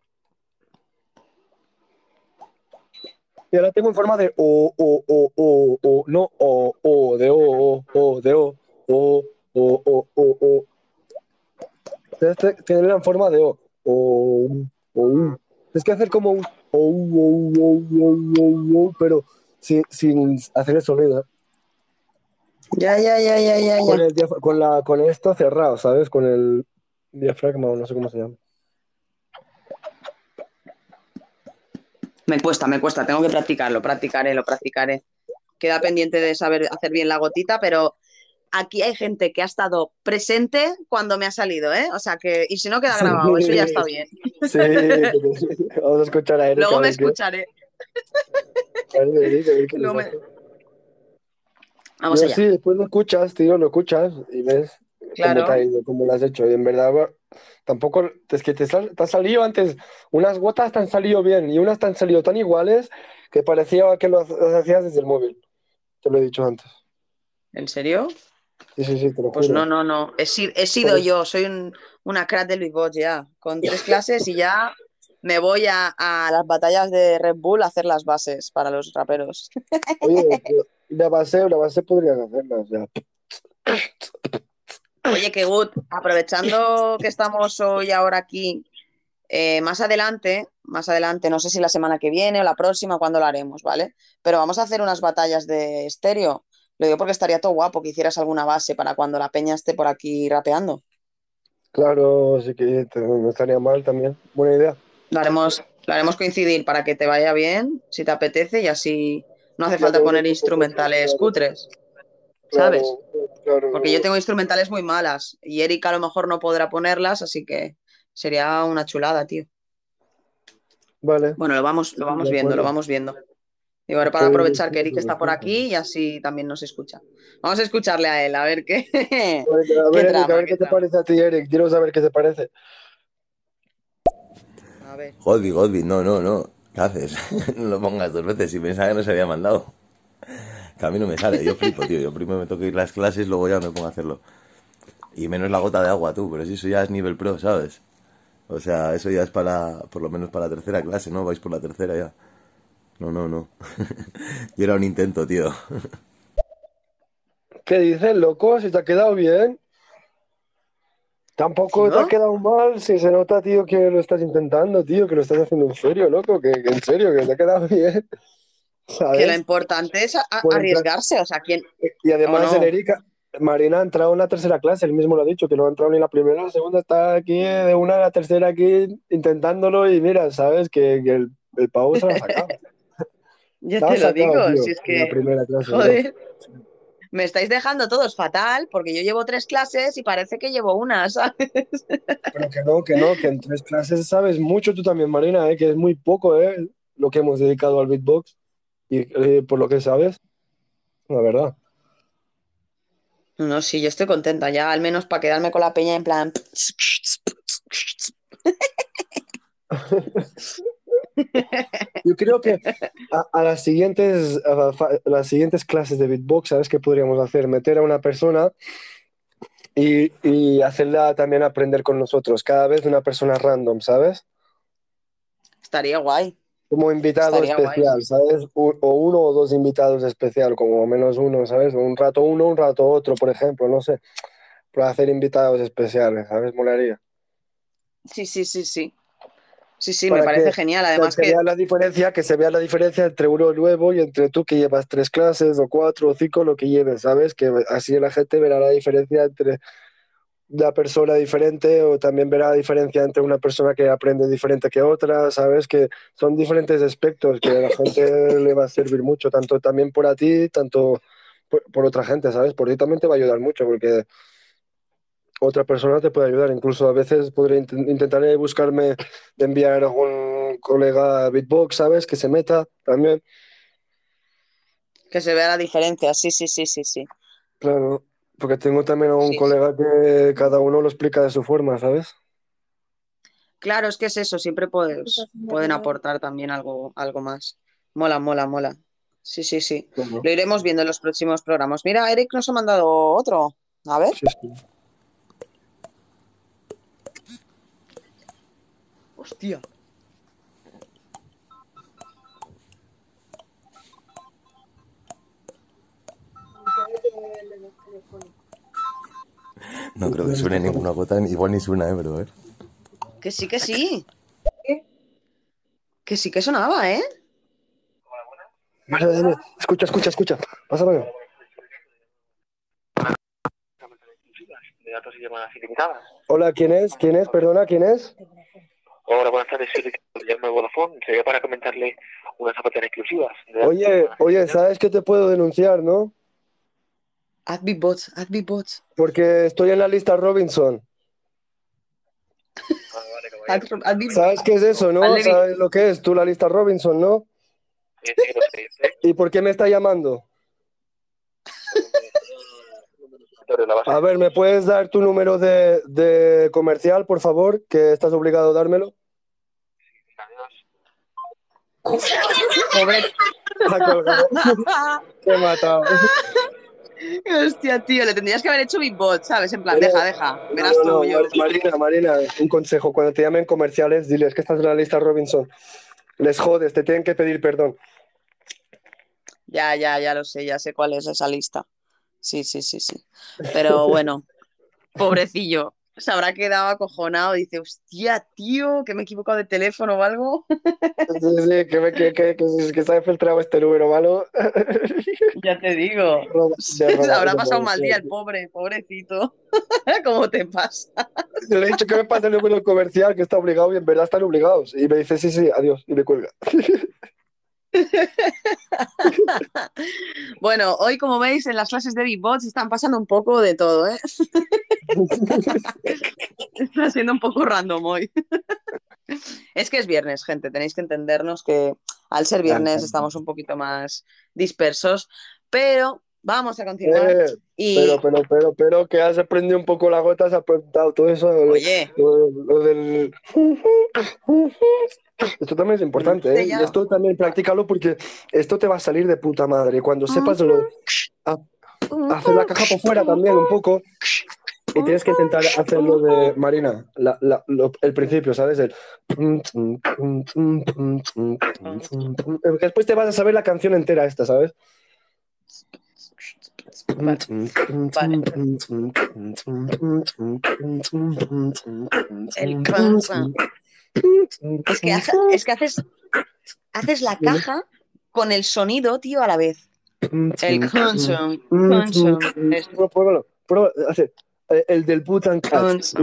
Y ahora tengo en forma de o, no, de de o. Tienes que tenerla en forma de o. Tienes que hacer como un pero sin hacer el sonido, ¿eh? Ya, ya, ya, ya, ya, Con ya. con esto cerrado, ¿sabes? Con el diafragma, o no sé cómo se llama. Me cuesta, tengo que practicarlo, lo practicaré. Queda pendiente de saber hacer bien la gotita, pero aquí hay gente que ha estado presente cuando me ha salido, ¿eh? O sea que, y si no queda Sí, grabado, eso ya está bien. sí, vamos a escuchar a Eric a Luego me ver qué. escucharé. A ver, Eric, a ver qué les Luego me... hace. Vamos Yo allá. sí, después lo escuchas, tío, lo escuchas y ves cómo te ha Claro. ido, cómo lo has hecho. Y en verdad, tampoco, es que te ha salido antes, unas gotas te han salido bien y unas te han salido tan iguales que parecía que lo hacías desde el móvil. Te lo he dicho antes. ¿En serio? Sí, sí, sí, te lo Pues no, juro. no, no. He sido Por- yo, soy una crack del beatbox ya. Con 3 clases y ya me voy a las batallas de Red Bull a hacer las bases para los raperos. Oye, la base podrías hacerla, o sea. Oye, que good, aprovechando que estamos hoy ahora aquí, más adelante, no sé si la semana que viene o la próxima, cuándo lo haremos, ¿vale? Pero vamos a hacer unas batallas de estéreo. Lo digo porque estaría todo guapo que hicieras alguna base para cuando la peña esté por aquí rapeando. Claro, sí que no estaría mal también. Buena idea. Lo haremos coincidir para que te vaya bien, si te apetece, y así no hace Ya falta tengo poner tiempo para hacerlo, instrumentales claro, cutres, ¿sabes? claro, claro. Porque yo tengo instrumentales muy malas y Erika a lo mejor no podrá ponerlas, así que sería una chulada, tío. Vale, Bueno, lo sí, vamos de viendo, lo acuerdo. vamos viendo. Y ahora para Estoy aprovechar que dispuesto, Eric está por dispuesto. aquí y así también nos escucha. Vamos a escucharle a él, a ver qué, A ver, qué Eric, a trama, ver qué qué te trama. parece a ti, Eric. Quiero saber qué te parece. A ver. Godby, no, no, no. ¿Qué haces? No lo pongas 2 veces. Si pensaba que no se había mandado. Que a mí no me sale. Yo flipo, tío. Yo primero me toco ir las clases, luego ya me pongo a hacerlo. Y menos la gota de agua, tú. Pero si eso ya es nivel pro, ¿sabes? O sea, eso ya es para, por lo menos para la tercera clase, ¿no? Vais por la tercera ya. No, no, no. Yo era un intento, tío. ¿Qué dices, loco? ¿Si te ha quedado bien? Tampoco te ha ¿no? quedado mal, si se nota, tío, que lo estás intentando, tío, que lo estás haciendo en serio, loco, que en serio, que te ha quedado bien, Que lo ¿sabes? importante es Por entrar. arriesgarse, o sea, ¿quién? Y ¿O además el no? Erika, Marina ha entrado en la tercera clase, él mismo lo ha dicho, que no ha entrado ni la primera, la segunda, está aquí de una a la tercera aquí intentándolo y mira, ¿sabes? Que el pavo se la ha sacado. Yo Se la ha te lo sacado, digo, tío, si es en la que, primera clase, bro. joder, me estáis dejando todos fatal porque yo llevo 3 clases y parece que llevo una, ¿sabes? Pero que en 3 clases sabes mucho tú también, Marina, que es muy poco, lo que hemos dedicado al beatbox y por lo que sabes, la verdad. No, sí, yo estoy contenta ya, al menos para quedarme con la peña en plan. Yo creo que las siguientes clases de beatbox, ¿sabes qué podríamos hacer? Meter a una persona y hacerla también aprender con nosotros, cada vez una persona random, ¿sabes? Estaría guay, Como invitado estaría guay. especial, ¿sabes? O uno o dos invitados especial, como menos uno, ¿sabes? Un rato uno, un rato otro, por ejemplo, no sé, para hacer invitados especiales, ¿sabes? Molaría. Sí, sí, sí, sí. Sí, sí, me Para parece genial. Además que que, vea la diferencia, que se vea la diferencia entre uno nuevo y entre tú que llevas 3 clases o 4 o 5, lo que lleves, ¿sabes? Que así la gente verá la diferencia entre la persona diferente o también verá la diferencia entre una persona que aprende diferente que otra, ¿sabes? Que son diferentes aspectos que a la gente le va a servir mucho, tanto también por a ti, tanto por otra gente, ¿sabes? Por ti también te va a ayudar mucho porque otra persona te puede ayudar. Incluso a veces podré intentaré buscarme de enviar a algún colega a Beatbox, ¿sabes? Que se meta también. que se vea la diferencia. Sí, sí, sí, sí, sí. Claro, porque tengo también a un Sí, sí. colega que cada uno lo explica de su forma, ¿sabes? Claro, es que es eso, siempre pueden aportar también algo más. Mola, mola, mola. Sí, sí, sí. Claro. Lo iremos viendo en los próximos programas. Mira, Eric nos ha mandado otro. A ver. Sí, sí. Hostia. No creo que suene ninguna gota, igual ni suena, pero a ver. Que sí, que sí. Que sí que sonaba, ¿eh? Vale, dale. Escucha, escucha, escucha. Pásame. De datos y llamadas ilimitadas. Hola, ¿quién es? ¿Quién es? Perdona, ¿quién es? Hola, buenas tardes, soy Ricardo, le llamo de Vodafone. Sería para comentarle unas zapatillas exclusivas. Oye, ¿sabes que te puedo denunciar, no? Haz beatbox, haz beatbox. Porque estoy en la lista Robinson. Haz beatbox. ¿Sabes qué es eso, no? ¿Sabes lo que es? Tú la lista Robinson, ¿no? ¿Y por qué me está llamando? A ver, ¿me puedes dar tu número de comercial, por favor? Que estás obligado a dármelo. Pobre. Ha colgado. Te he matado. Hostia, tío, le tendrías que haber hecho beatbox, ¿sabes? En plan, deja, deja. Verás No, tú, yo. Marina, un consejo. Cuando te llamen comerciales, diles que estás en la lista Robinson. Les jodes, te tienen que pedir perdón. Ya, ya, ya lo sé, ya sé cuál es esa lista. Sí, sí, sí, sí. Pero bueno, pobrecillo. Se habrá quedado acojonado. Dice, hostia, tío, que me he equivocado de teléfono o algo. Sí, que se ha filtrado este número malo. Ya te digo. De Habrá pasado un robar, mal día el sí. pobre, pobrecito. ¿Cómo te pasa? Le he dicho que me pase el número comercial, que está obligado, y en verdad están obligados. Y me dice, sí, sí, adiós, y me cuelga. Bueno, hoy, como veis, en las clases de beatbox están pasando un poco de todo, ¿eh? Está siendo un poco random hoy. Es que es viernes, gente. Tenéis que entendernos que al ser viernes estamos un poquito más dispersos, pero vamos a continuar. Eh, Y, pero, que has aprendido un poco la gota, has apuntado todo eso, oye, lo del... Esto también es lo importante, hice ¿eh? Y ya. esto también practícalo porque esto te va a salir de puta madre. Cuando sepas ha- hacer la caja por fuera también un poco, y tienes que intentar hacerlo de Marina, el principio, ¿sabes? Después te vas a saber la canción entera esta, ¿sabes? Vale. Vale. El crunch. Es que haces la caja con el sonido, tío, a la vez. El crunch. Pruébalo. Hace el del Boots and Cats.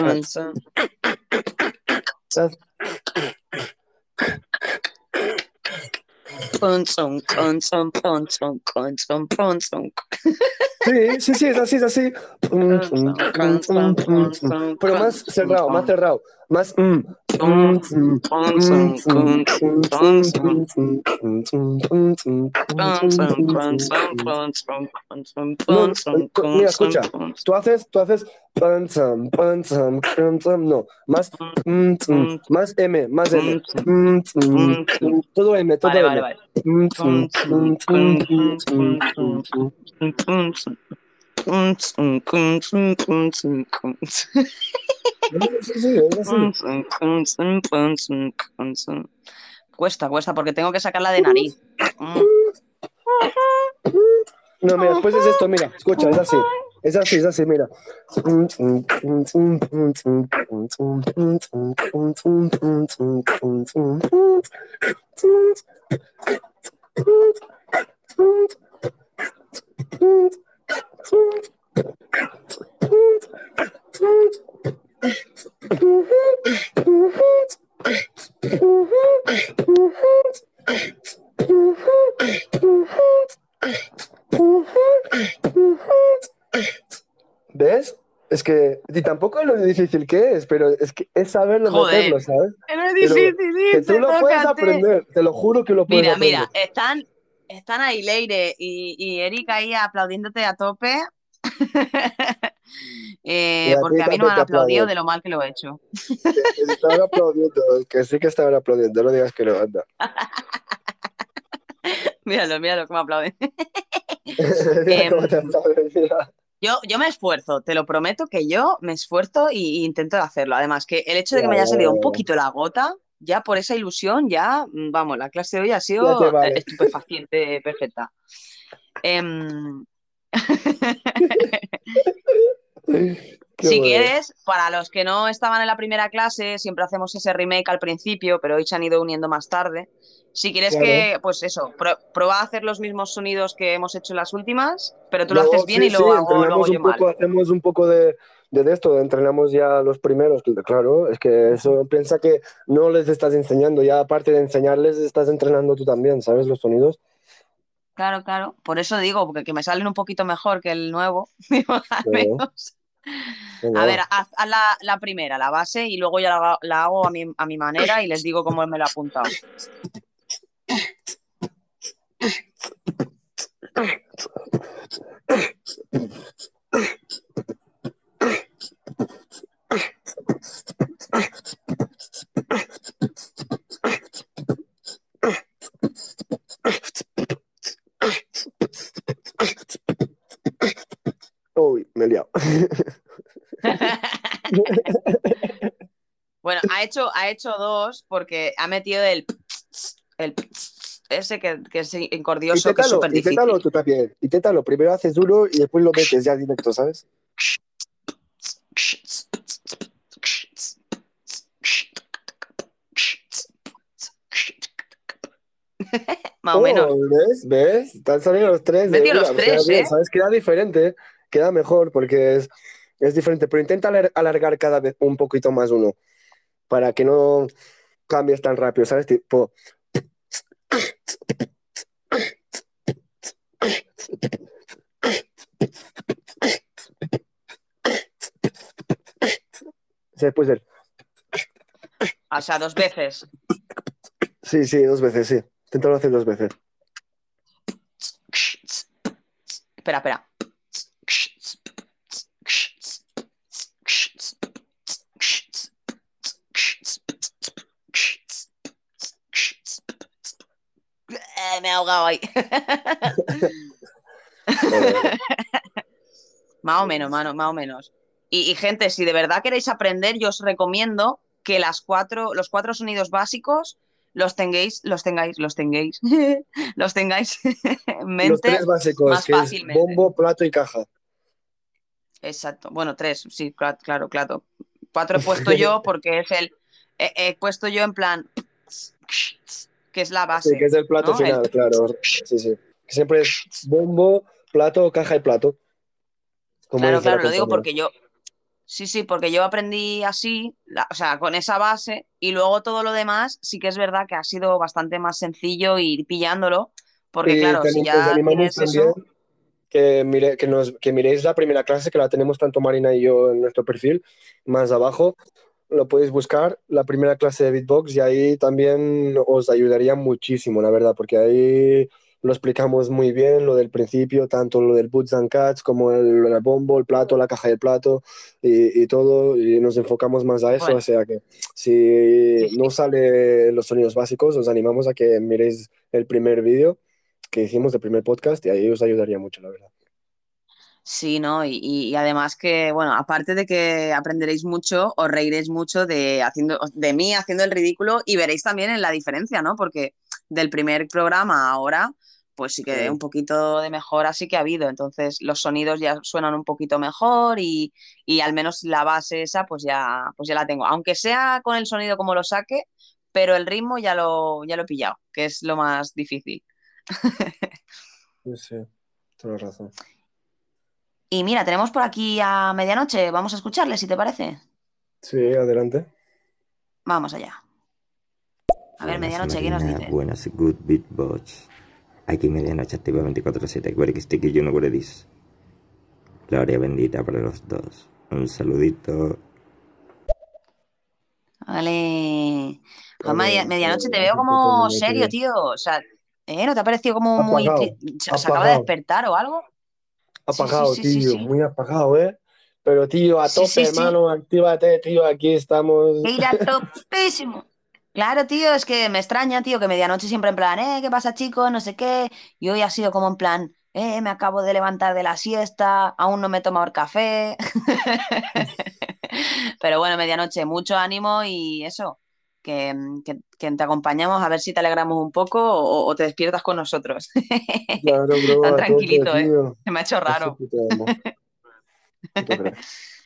Sí, es así. Pero más cerrado. Más. No, mira, escucha. Tú haces. No, más. Más M. Todo M. Vale. Sí, es así. Cuesta porque tengo que sacarla de nariz. No, mira, después es esto, mira, escucha, es así, mira. ¿Ves? Es que y tampoco es lo difícil que es, pero es que es saberlo meterlo, ¿sabes? No es difícil, que tú lo puedes aprender, te lo juro que lo puedes aprender. Mira, están ahí Leire y Erika ahí aplaudiéndote a tope. Porque a mí no me han aplaudido de lo mal que lo he hecho. Que estaban aplaudiendo, que sí que estaban aplaudiendo, no digas que no, anda. Míralo cómo aplauden. Mira cómo te aplauden, mira. Yo me esfuerzo, te lo prometo que yo me esfuerzo y intento hacerlo. Además, que el hecho de que me haya salido un poquito la gota, ya por esa ilusión, ya, vamos, la clase de hoy ha sido estupefaciente, perfecta. Si quieres, para los que no estaban en la primera clase, siempre hacemos ese remake al principio, pero hoy se han ido uniendo más tarde. Si quieres que, pues eso, prueba a hacer los mismos sonidos que hemos hecho en las últimas, pero tú lo haces bien y lo hago yo mal. Hacemos un poco de esto, entrenamos ya los primeros, claro, es que eso piensa que no les estás enseñando, ya aparte de enseñarles, estás entrenando tú también, ¿sabes? Los sonidos. Claro, por eso digo, porque que me salen un poquito mejor que el nuevo, al menos. A ver, haz la primera, la base, y luego ya la hago a mi manera y les digo cómo me lo he apuntado. Uy, me he liado. Bueno, ha hecho dos porque ha metido el ese que es encordioso, que es súper difícil. Inténtalo tú también. Inténtalo. Primero haces uno y después lo metes ya directo, ¿sabes? Más o menos. ¿Ves? Están saliendo los tres. Metió los tres, bien, ¿sabes? Queda diferente, queda mejor porque es diferente. Pero intenta alargar cada vez un poquito más uno para que no cambies tan rápido, ¿sabes? Tipo... Después del... O sea, 2 veces. Sí, 2 veces, sí. Inténtalo hacer 2 veces. Espera. Me he ahogado ahí. Más o menos. Y gente, si de verdad queréis aprender, yo os recomiendo que los 4 sonidos básicos los tengáis en Los mente tres básicos, más que es fácilmente. bombo, plato y caja. Exacto. Bueno, 3, sí, claro, claro. 4 he puesto yo porque es he puesto yo en plan, que es la Sí, que base, es el plato ¿no? final, claro. Sí, sí. Siempre es bombo, plato, caja y plato, como Claro, dice la claro, lo digo compañía. porque sí, sí, porque yo aprendí así, o sea, con esa base, y luego todo lo demás sí que es verdad que ha sido bastante más sencillo ir pillándolo, porque Y claro, si os ya animamos tienes también eso, que miréis la primera clase, que la tenemos tanto Marina y yo en nuestro perfil, más abajo. Lo podéis buscar, la primera clase de beatbox, y ahí también os ayudaría muchísimo, la verdad, porque ahí lo explicamos muy bien, lo del principio, tanto lo del Boots and Cats como el bombo, el plato, la caja del plato y todo, y nos enfocamos más a eso, o bueno, sea que si sí, no sí. sale los sonidos básicos, os animamos a que miréis el primer vídeo que hicimos, el primer podcast, y ahí os ayudaría mucho, la verdad. Sí, ¿no? Y además que, bueno, aparte de que aprenderéis mucho, os reiréis mucho de mí haciendo el ridículo y veréis también en la diferencia, ¿no? Porque del primer programa a ahora, pues sí que un Claro. poquito de mejora sí que ha habido. Entonces los sonidos ya suenan un poquito mejor y al menos la base esa, pues ya la tengo. Aunque sea con el sonido como lo saque, pero el ritmo ya lo he pillado, que es lo más difícil. Sí, sí, tienes razón. Y mira, tenemos por aquí a medianoche. Vamos a escucharle, si te parece. Sí, adelante. Vamos allá. A ver, Buenas medianoche, ¿qué nos Marina, dice? buenas Good Beatbox. Aquí medianoche activa 24/7, Queric Sticky You Know What It Is. Gloria bendita para los dos. Un saludito. Vale. Joder, Vale, medianoche te hace veo un puto como niño, serio, tío. tío. O sea, ¿no te ha parecido como muy Apagado, ¿Se acaba de apagado, despertar o algo? Sí, sí, apagado, sí, sí, tío, sí. muy apagado, ¿eh? Pero, tío, a Sí, tope, sí, sí. hermano, actívate, tío, aquí estamos. Ir a topísimo. Claro, tío, es que me extraña, tío, que medianoche siempre en plan, ¿qué pasa, chicos? No sé qué. Y hoy ha sido como en plan, me acabo de levantar de la siesta, aún no me he tomado el café. Pero bueno, medianoche, mucho ánimo y eso, que te acompañamos a ver si te alegramos un poco o te despiertas con nosotros. Claro, Tan bro, a tope, tranquilito, ¿eh? tío. Se me ha hecho Ese raro. puto amo, puto crack.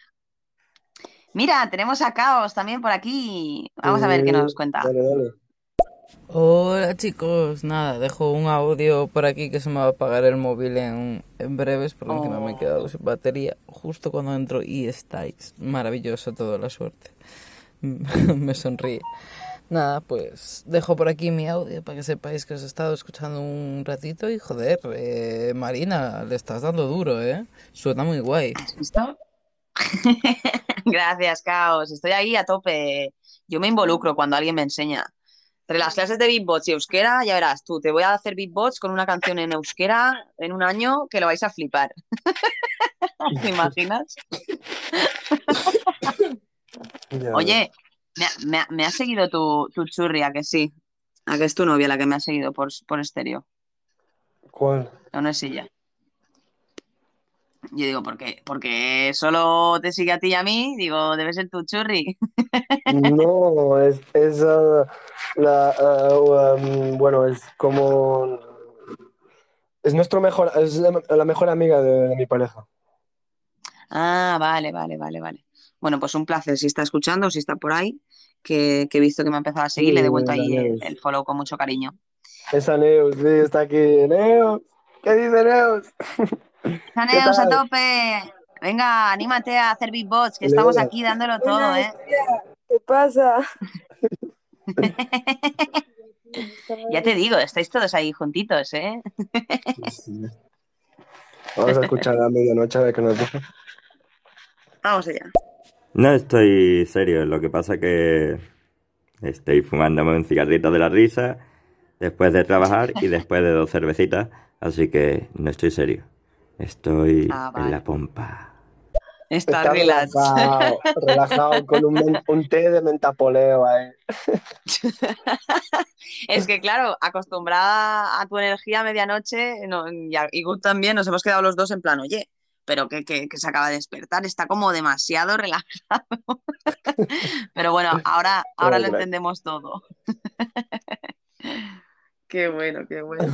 Mira, tenemos a Caos también por aquí. Sí, Vamos a ver qué nos cuenta. dale, dale. Hola chicos, nada, dejo un audio por aquí que se me va a apagar el móvil en breves porque encima me he quedado Oh, sin batería justo cuando entro y estáis. Maravilloso, toda la suerte. Me sonríe. Nada, pues dejo por aquí mi audio para que sepáis que os he estado escuchando un ratito y joder, Marina, le estás dando duro, ¿eh? Suena muy guay. ¿has visto? Gracias, Caos. Estoy ahí a tope. Yo me involucro cuando alguien me enseña. Entre las clases de beatbox y euskera, ya verás tú, te voy a hacer beatbox con una canción en euskera en un año que lo vais a flipar. ¿Te imaginas? Ya ves. Oye, me ha seguido tu churri, ¿a que sí? ¿A que es tu novia la que me ha seguido por estéreo? ¿Cuál? ¿O no es ella? Yo digo, ¿por qué? Porque solo te sigue a ti y a mí. Digo, debe ser tu churri. No, bueno, es como, es nuestro mejor, es la mejor amiga de mi pareja. Ah, vale, vale, vale, vale. Bueno, pues un placer. Si está escuchando, si está por ahí, que he visto que me ha empezado a Sí, seguir, le he devuelto la ahí Neus. el follow con mucho cariño. Esa Neus, sí, está aquí. Neus, ¿qué dice Neus? ¿Qué Janeos a tal? tope. Venga, anímate a hacer beatbox, que estamos Hola. aquí dándolo todo, Buenas, ¿eh? tía. ¿Qué pasa? Ya te digo, estáis todos ahí juntitos, ¿eh? Sí, sí. Vamos a escuchar a medianoche a ver qué nos dice. Vamos allá. No estoy serio, lo que pasa que estoy fumándome un cigarrito de la risa después de trabajar y después de 2 cervecitas, así que no estoy serio. Estoy Ah, en la vale. pompa. Está Está relax. relajado, relajado, con un té de mentapoleo ahí. Es que, claro, acostumbrada a tu energía a medianoche, no, y Gut también, nos hemos quedado los dos en plan, oye, pero que se acaba de despertar, está como demasiado relajado. Pero bueno, ahora Todo lo crack. entendemos todo. Qué bueno, qué bueno.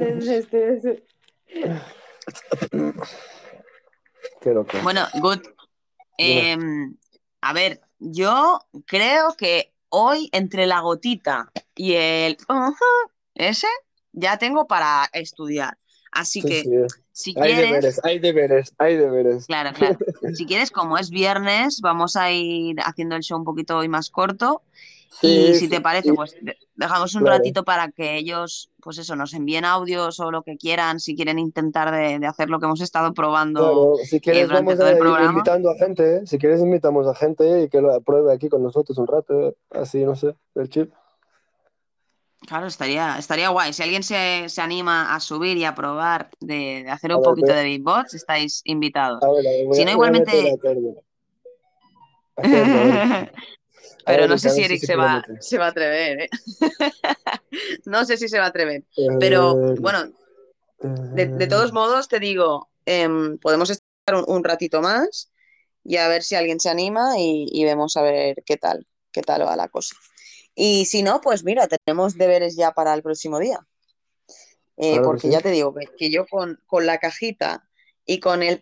Qué loco. Bueno, Good. Dime. A ver, yo creo que hoy entre la gotita y el ese ya tengo para estudiar. Así Sí, sí. que si Hay quieres, deberes, hay deberes, hay deberes. claro, claro. Si quieres, como es viernes, vamos a ir haciendo el show un poquito hoy más corto. Y Sí, si te sí, parece, pues dejamos un claro. ratito para que ellos, pues eso, nos envíen audios o lo que quieran, si quieren intentar de hacer lo que hemos estado probando Claro, si quieres durante vamos todo el a ir programa. invitando a gente, ¿eh? Si quieres invitamos a gente y que lo pruebe aquí con nosotros un rato, ¿eh? Así, no sé, el chip. Claro, estaría guay. Si alguien se anima a subir y a probar de hacer A un ver, poquito de beatbox, estáis invitados. a ver, Si no, voy a meter igualmente. a Kerry, a Pero no Eric, sé a si ver si Eric se puede meter. se va a atrever, ¿eh? No sé si se va a atrever. Pero Eh, bueno, de todos modos te digo, podemos estar un ratito más y a ver si alguien se anima y vemos a ver qué tal va la cosa. Y si no, pues mira, tenemos deberes ya para el próximo día. claro que Porque sí. ya te digo que yo con la cajita y con el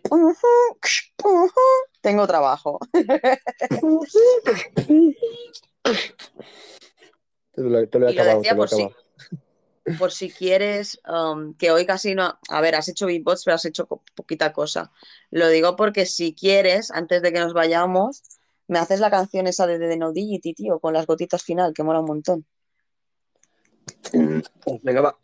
tengo trabajo. Te lo he Y lo acabado, te decía lo he acabado. por si quieres, que hoy casi no. A ver, has hecho beatbox, pero has hecho poquita cosa. Lo digo porque si quieres, antes de que nos vayamos, me haces la canción esa de The No Digity, tío, con las gotitas final, que mola un montón. Venga, va.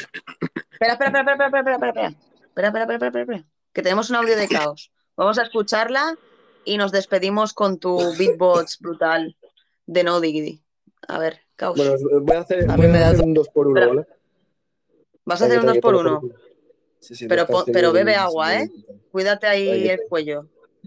Espera. Que tenemos un audio de caos. Vamos a escucharla y nos despedimos con tu beatbox brutal de No Diggity. A ver, Bueno, caos. A mí voy me a da hacer un 2 por uno, Espera, ¿vale? vas a hacer un dos Tranqui, por ponlo, uno. ponlo. Sí, dos Pero canciones bebe y agua, ¿eh? Cuídate ahí el tranqui. cuello.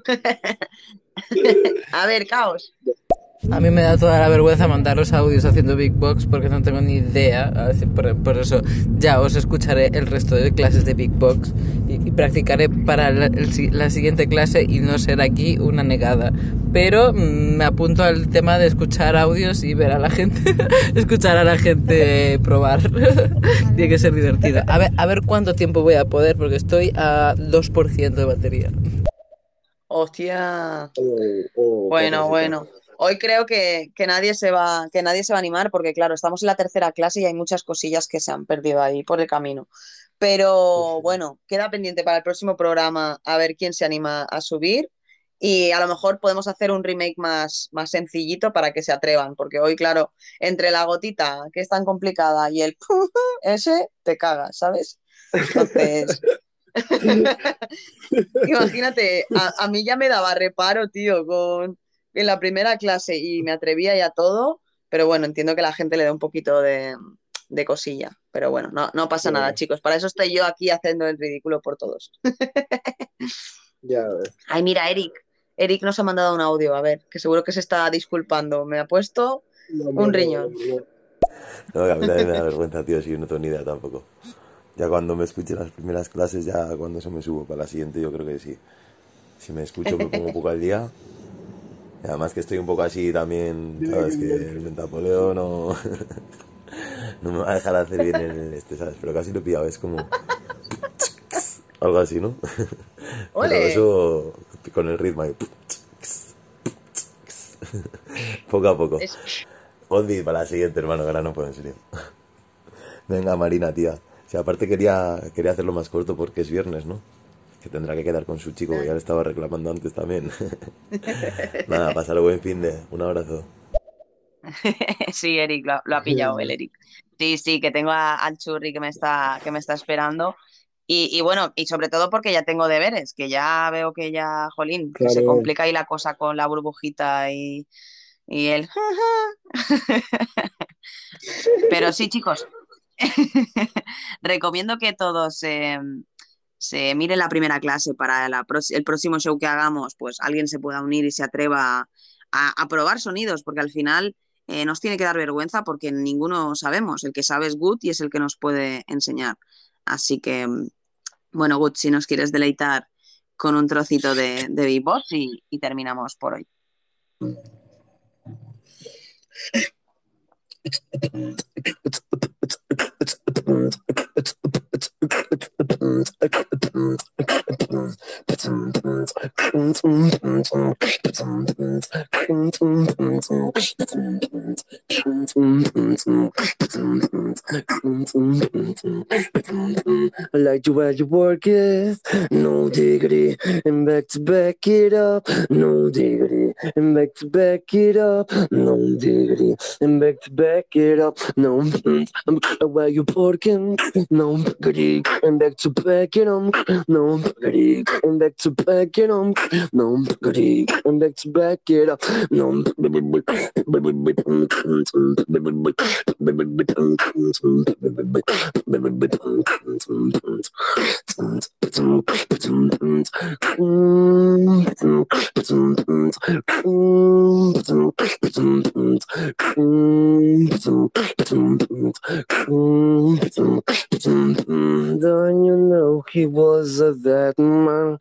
A ver, caos. A mí me da toda la vergüenza mandar los audios haciendo Big Box porque no tengo ni idea. Así, por eso ya os escucharé el resto de clases de Big Box y practicaré para la siguiente clase y no ser aquí una negada. Pero me apunto al tema de escuchar audios y ver a la gente, escuchar a la gente probar. Tiene que ser divertido. A ver cuánto tiempo voy a poder porque estoy a 2% de batería. Hostia. Pobrecita. Bueno. Hoy creo que que nadie se va a animar porque, claro, estamos en la tercera clase y hay muchas cosillas que se han perdido ahí por el camino. Pero bueno, queda pendiente para el próximo programa a ver quién se anima a subir y a lo mejor podemos hacer un remake más sencillito para que se atrevan, porque hoy, claro, entre la gotita, que es tan complicada, y el ese, te cagas, ¿sabes? Entonces, imagínate, a mí ya me daba reparo, tío, en la primera clase y me atrevía ya todo, pero bueno, entiendo que la gente le da un poquito de cosilla, pero bueno, no pasa nada, chicos, para eso estoy yo aquí haciendo el ridículo por todos. Ya ves. Ay, mira, Eric nos ha mandado un audio, a ver, que seguro que se está disculpando, me ha puesto No, hombre, un no, riñón. No, que a mí también me da vergüenza, tío, si yo no tengo ni idea tampoco. Ya cuando me escuche las primeras clases, ya cuando se me subo para la siguiente, yo creo que sí. Si me escucho me pongo un poco al día. Y además que estoy un poco así también, ¿sabes? Que el mentapoleo no, no me va a dejar hacer bien ¿sabes? Pero casi lo he pillado, es como... algo así, ¿no? Pero ¡Ole! eso con el ritmo ahí. Poco a poco. Ondi para la siguiente, hermano, que ahora no puedo, en serio. Venga, Marina, tía. Si aparte quería hacerlo más corto porque es viernes, ¿no? Que tendrá que quedar con su chico, que ya le estaba reclamando antes también. Nada, pasar buen fin de. Un abrazo. Sí, Eric, lo ha pillado el Eric. Sí, que tengo al Churri que me está esperando. Y bueno, y sobre todo porque ya tengo deberes, que ya veo que ya, jolín, que se Claro. complica ahí la cosa con la burbujita y el... Pero sí, chicos, recomiendo que todos se miren la primera clase para el próximo show que hagamos, pues alguien se pueda unir y se atreva a probar sonidos, porque al final nos tiene que dar vergüenza porque ninguno sabemos. El que sabe es Good y es el que nos puede enseñar. Así que, bueno, Good, si nos quieres deleitar con un trocito de beatbox y terminamos por hoy. I like you where you work it, no diggity, and back to back it up, no diggity, and back to back it up, no diggity, and back to back it up, no, where you working, no diggity, and back to back it up, no diggity, and back to back it up, no diggity, and back to back it up, no. Don't you know he was that man?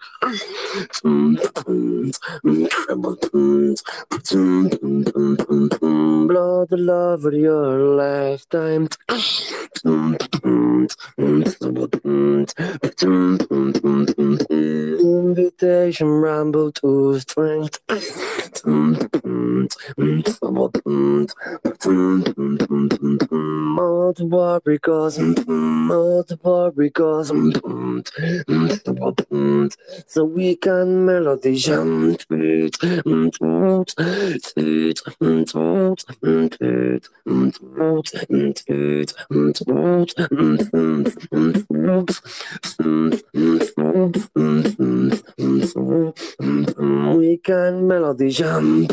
Blood, the love of your lifetime. Invitation ramble to strength. Multiple because so we can melody jump. We can melody jump.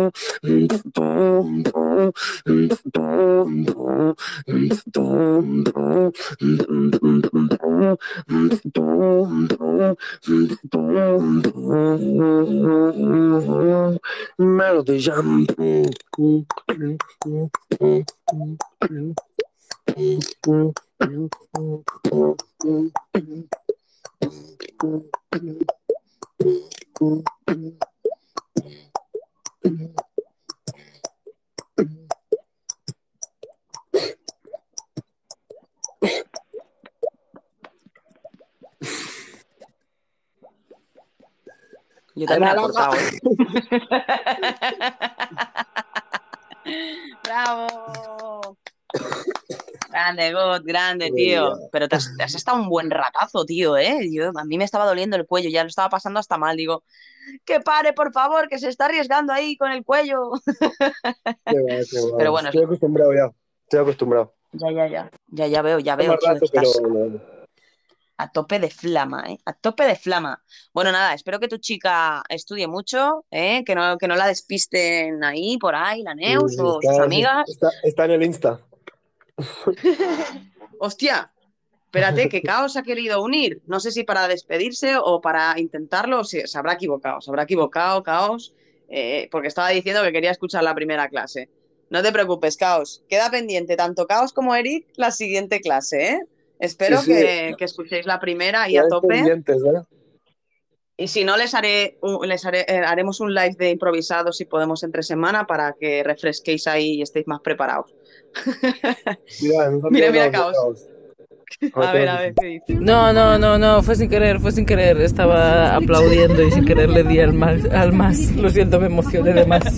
Melody jump. Yo también he cortado, ¿eh? ¡Bravo! Grande, God, grande, tío. Pero te has estado un buen ratazo, tío, ¿eh? A mí me estaba doliendo el cuello, ya lo estaba pasando hasta mal. Digo, que pare, por favor, que se está arriesgando ahí con el cuello. Qué va. Pero bueno, Estoy acostumbrado ya. Estoy acostumbrado. Ya veo, Más tío, rato, estás pero... a tope de flama, ¿eh? A tope de flama. Bueno, nada, espero que tu chica estudie mucho, ¿eh? Que no la despisten ahí, por ahí, la Neus o sus amigas. Está en el Insta. Hostia, espérate, que Caos ha querido unir. No sé si para despedirse o para intentarlo, se habrá equivocado, Caos, porque estaba diciendo que quería escuchar la primera clase. No te preocupes, Caos. Queda pendiente tanto Caos como Eric la siguiente clase, ¿eh? Espero Sí. que escuchéis la primera y a tope. Pendientes, ¿eh? Y si no, haremos un live de improvisado si podemos entre semana para que refresquéis ahí y estéis más preparados. Mira, Caos. A ver, ¿qué dice? No, fue sin querer. Estaba aplaudiendo y sin querer le di al más. Lo siento, me emocioné de más.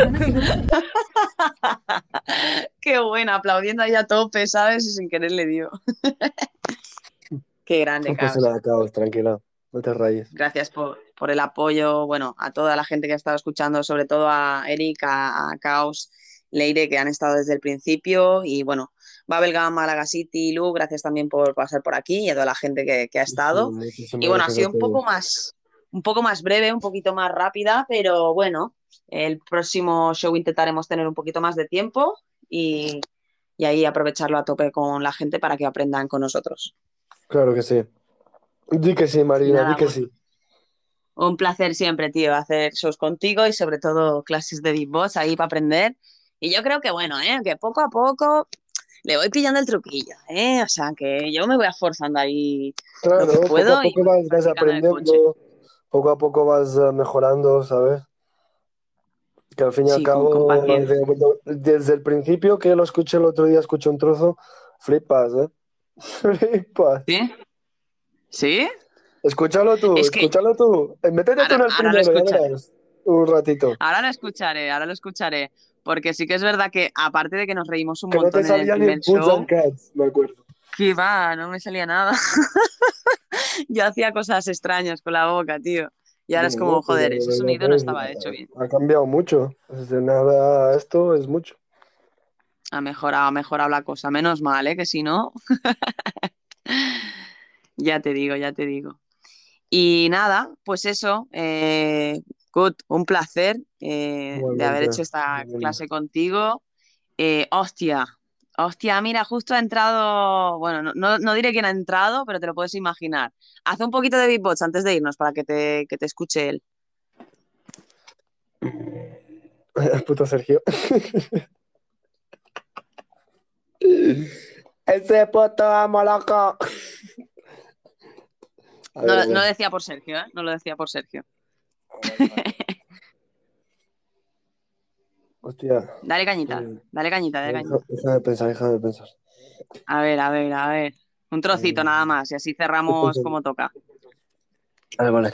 Qué buena, aplaudiendo ahí a tope, ¿sabes? Y sin querer le dio. Qué grande, No pasa nada, Caos, tranquila. No te rayes. Gracias por el apoyo, bueno, a toda la gente que ha estado escuchando, sobre todo a Eric, a Caos, Leire, que han estado desde el principio, y bueno, Babelgam, Málaga City, Lu, gracias también por pasar por aquí y a toda la gente que ha estado. Y bueno, ha sido un poco más breve, un poquito más rápida, pero bueno, el próximo show intentaremos tener un poquito más de tiempo y ahí aprovecharlo a tope con la gente para que aprendan con nosotros. Claro que sí. Di que sí, Marina, di que sí. Un placer siempre, tío, hacer shows contigo y sobre todo clases de beatbox ahí para aprender. Y yo creo que bueno, que poco a poco le voy pillando el truquillo, o sea, que yo me voy esforzando ahí claro, lo que puedo. Poco a poco vas aprendiendo, poco a poco vas mejorando, ¿sabes? Que al fin y al cabo, desde el principio que lo escuché el otro día, escuché un trozo, flipas, ¿eh? Flipas. ¿Sí? ¿Sí? Es que escúchalo tú. Métete tú en el ahora lo primero, ya escucharé. verás. Un ratito. Ahora lo escucharé. Porque sí que es verdad que, aparte de que nos reímos un Que no te montón en el salía ni el primer Boots and show, Cats, me acuerdo. que va, no me salía nada. Yo hacía cosas extrañas con la boca, tío. Y ahora Yo es no, como, pero joder, ese sonido no estaba hecho bien. ha cambiado mucho. Desde nada a esto es mucho. Ha mejorado la cosa. Menos mal, ¿eh? Que si no, ya te digo, ya te digo. Y nada, pues eso, Kut, un placer de haber Igualmente. hecho esta Igualmente. clase contigo. Hostia, hostia, mira, justo ha entrado, bueno, no diré quién ha entrado, pero te lo puedes imaginar. Haz un poquito de beatbox antes de irnos para que te escuche él. El puto Sergio. Ese puto amo loco. A No, ver, a no ver. lo decía por Sergio, ¿eh? No lo decía por Sergio. Hostia. Dale cañita, dale cañita, dale cañita. Déjame pensar, déjame pensar. A ver, a ver, a ver. Un trocito nada más y así Estoy cerramos pensando. como toca. Vale, vale.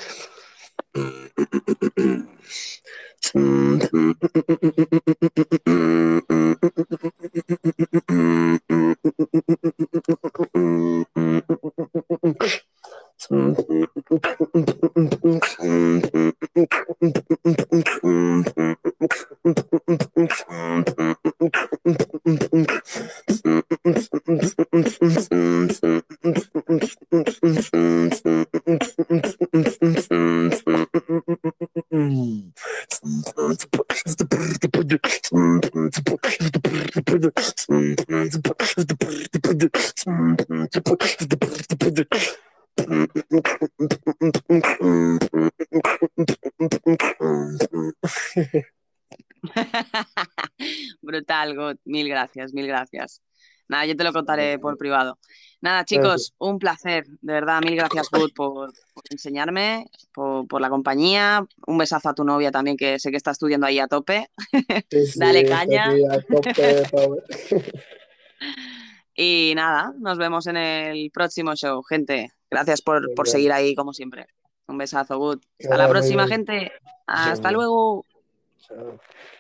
Brutal, God. Mil gracias, mil gracias. Nada, yo te lo contaré por privado. Nada, chicos, un placer. De verdad, mil gracias, Good, por enseñarme, por la compañía. Un besazo a tu novia también, que sé que está estudiando ahí a tope. Sí, sí, Dale está caña. aquí a tope, power. Y nada, nos vemos en el próximo show, gente. Gracias por Venga, seguir ahí, como siempre. Un besazo, Good. que Hasta la vaya muy próxima, bien. gente. Hasta Venga, luego. chao.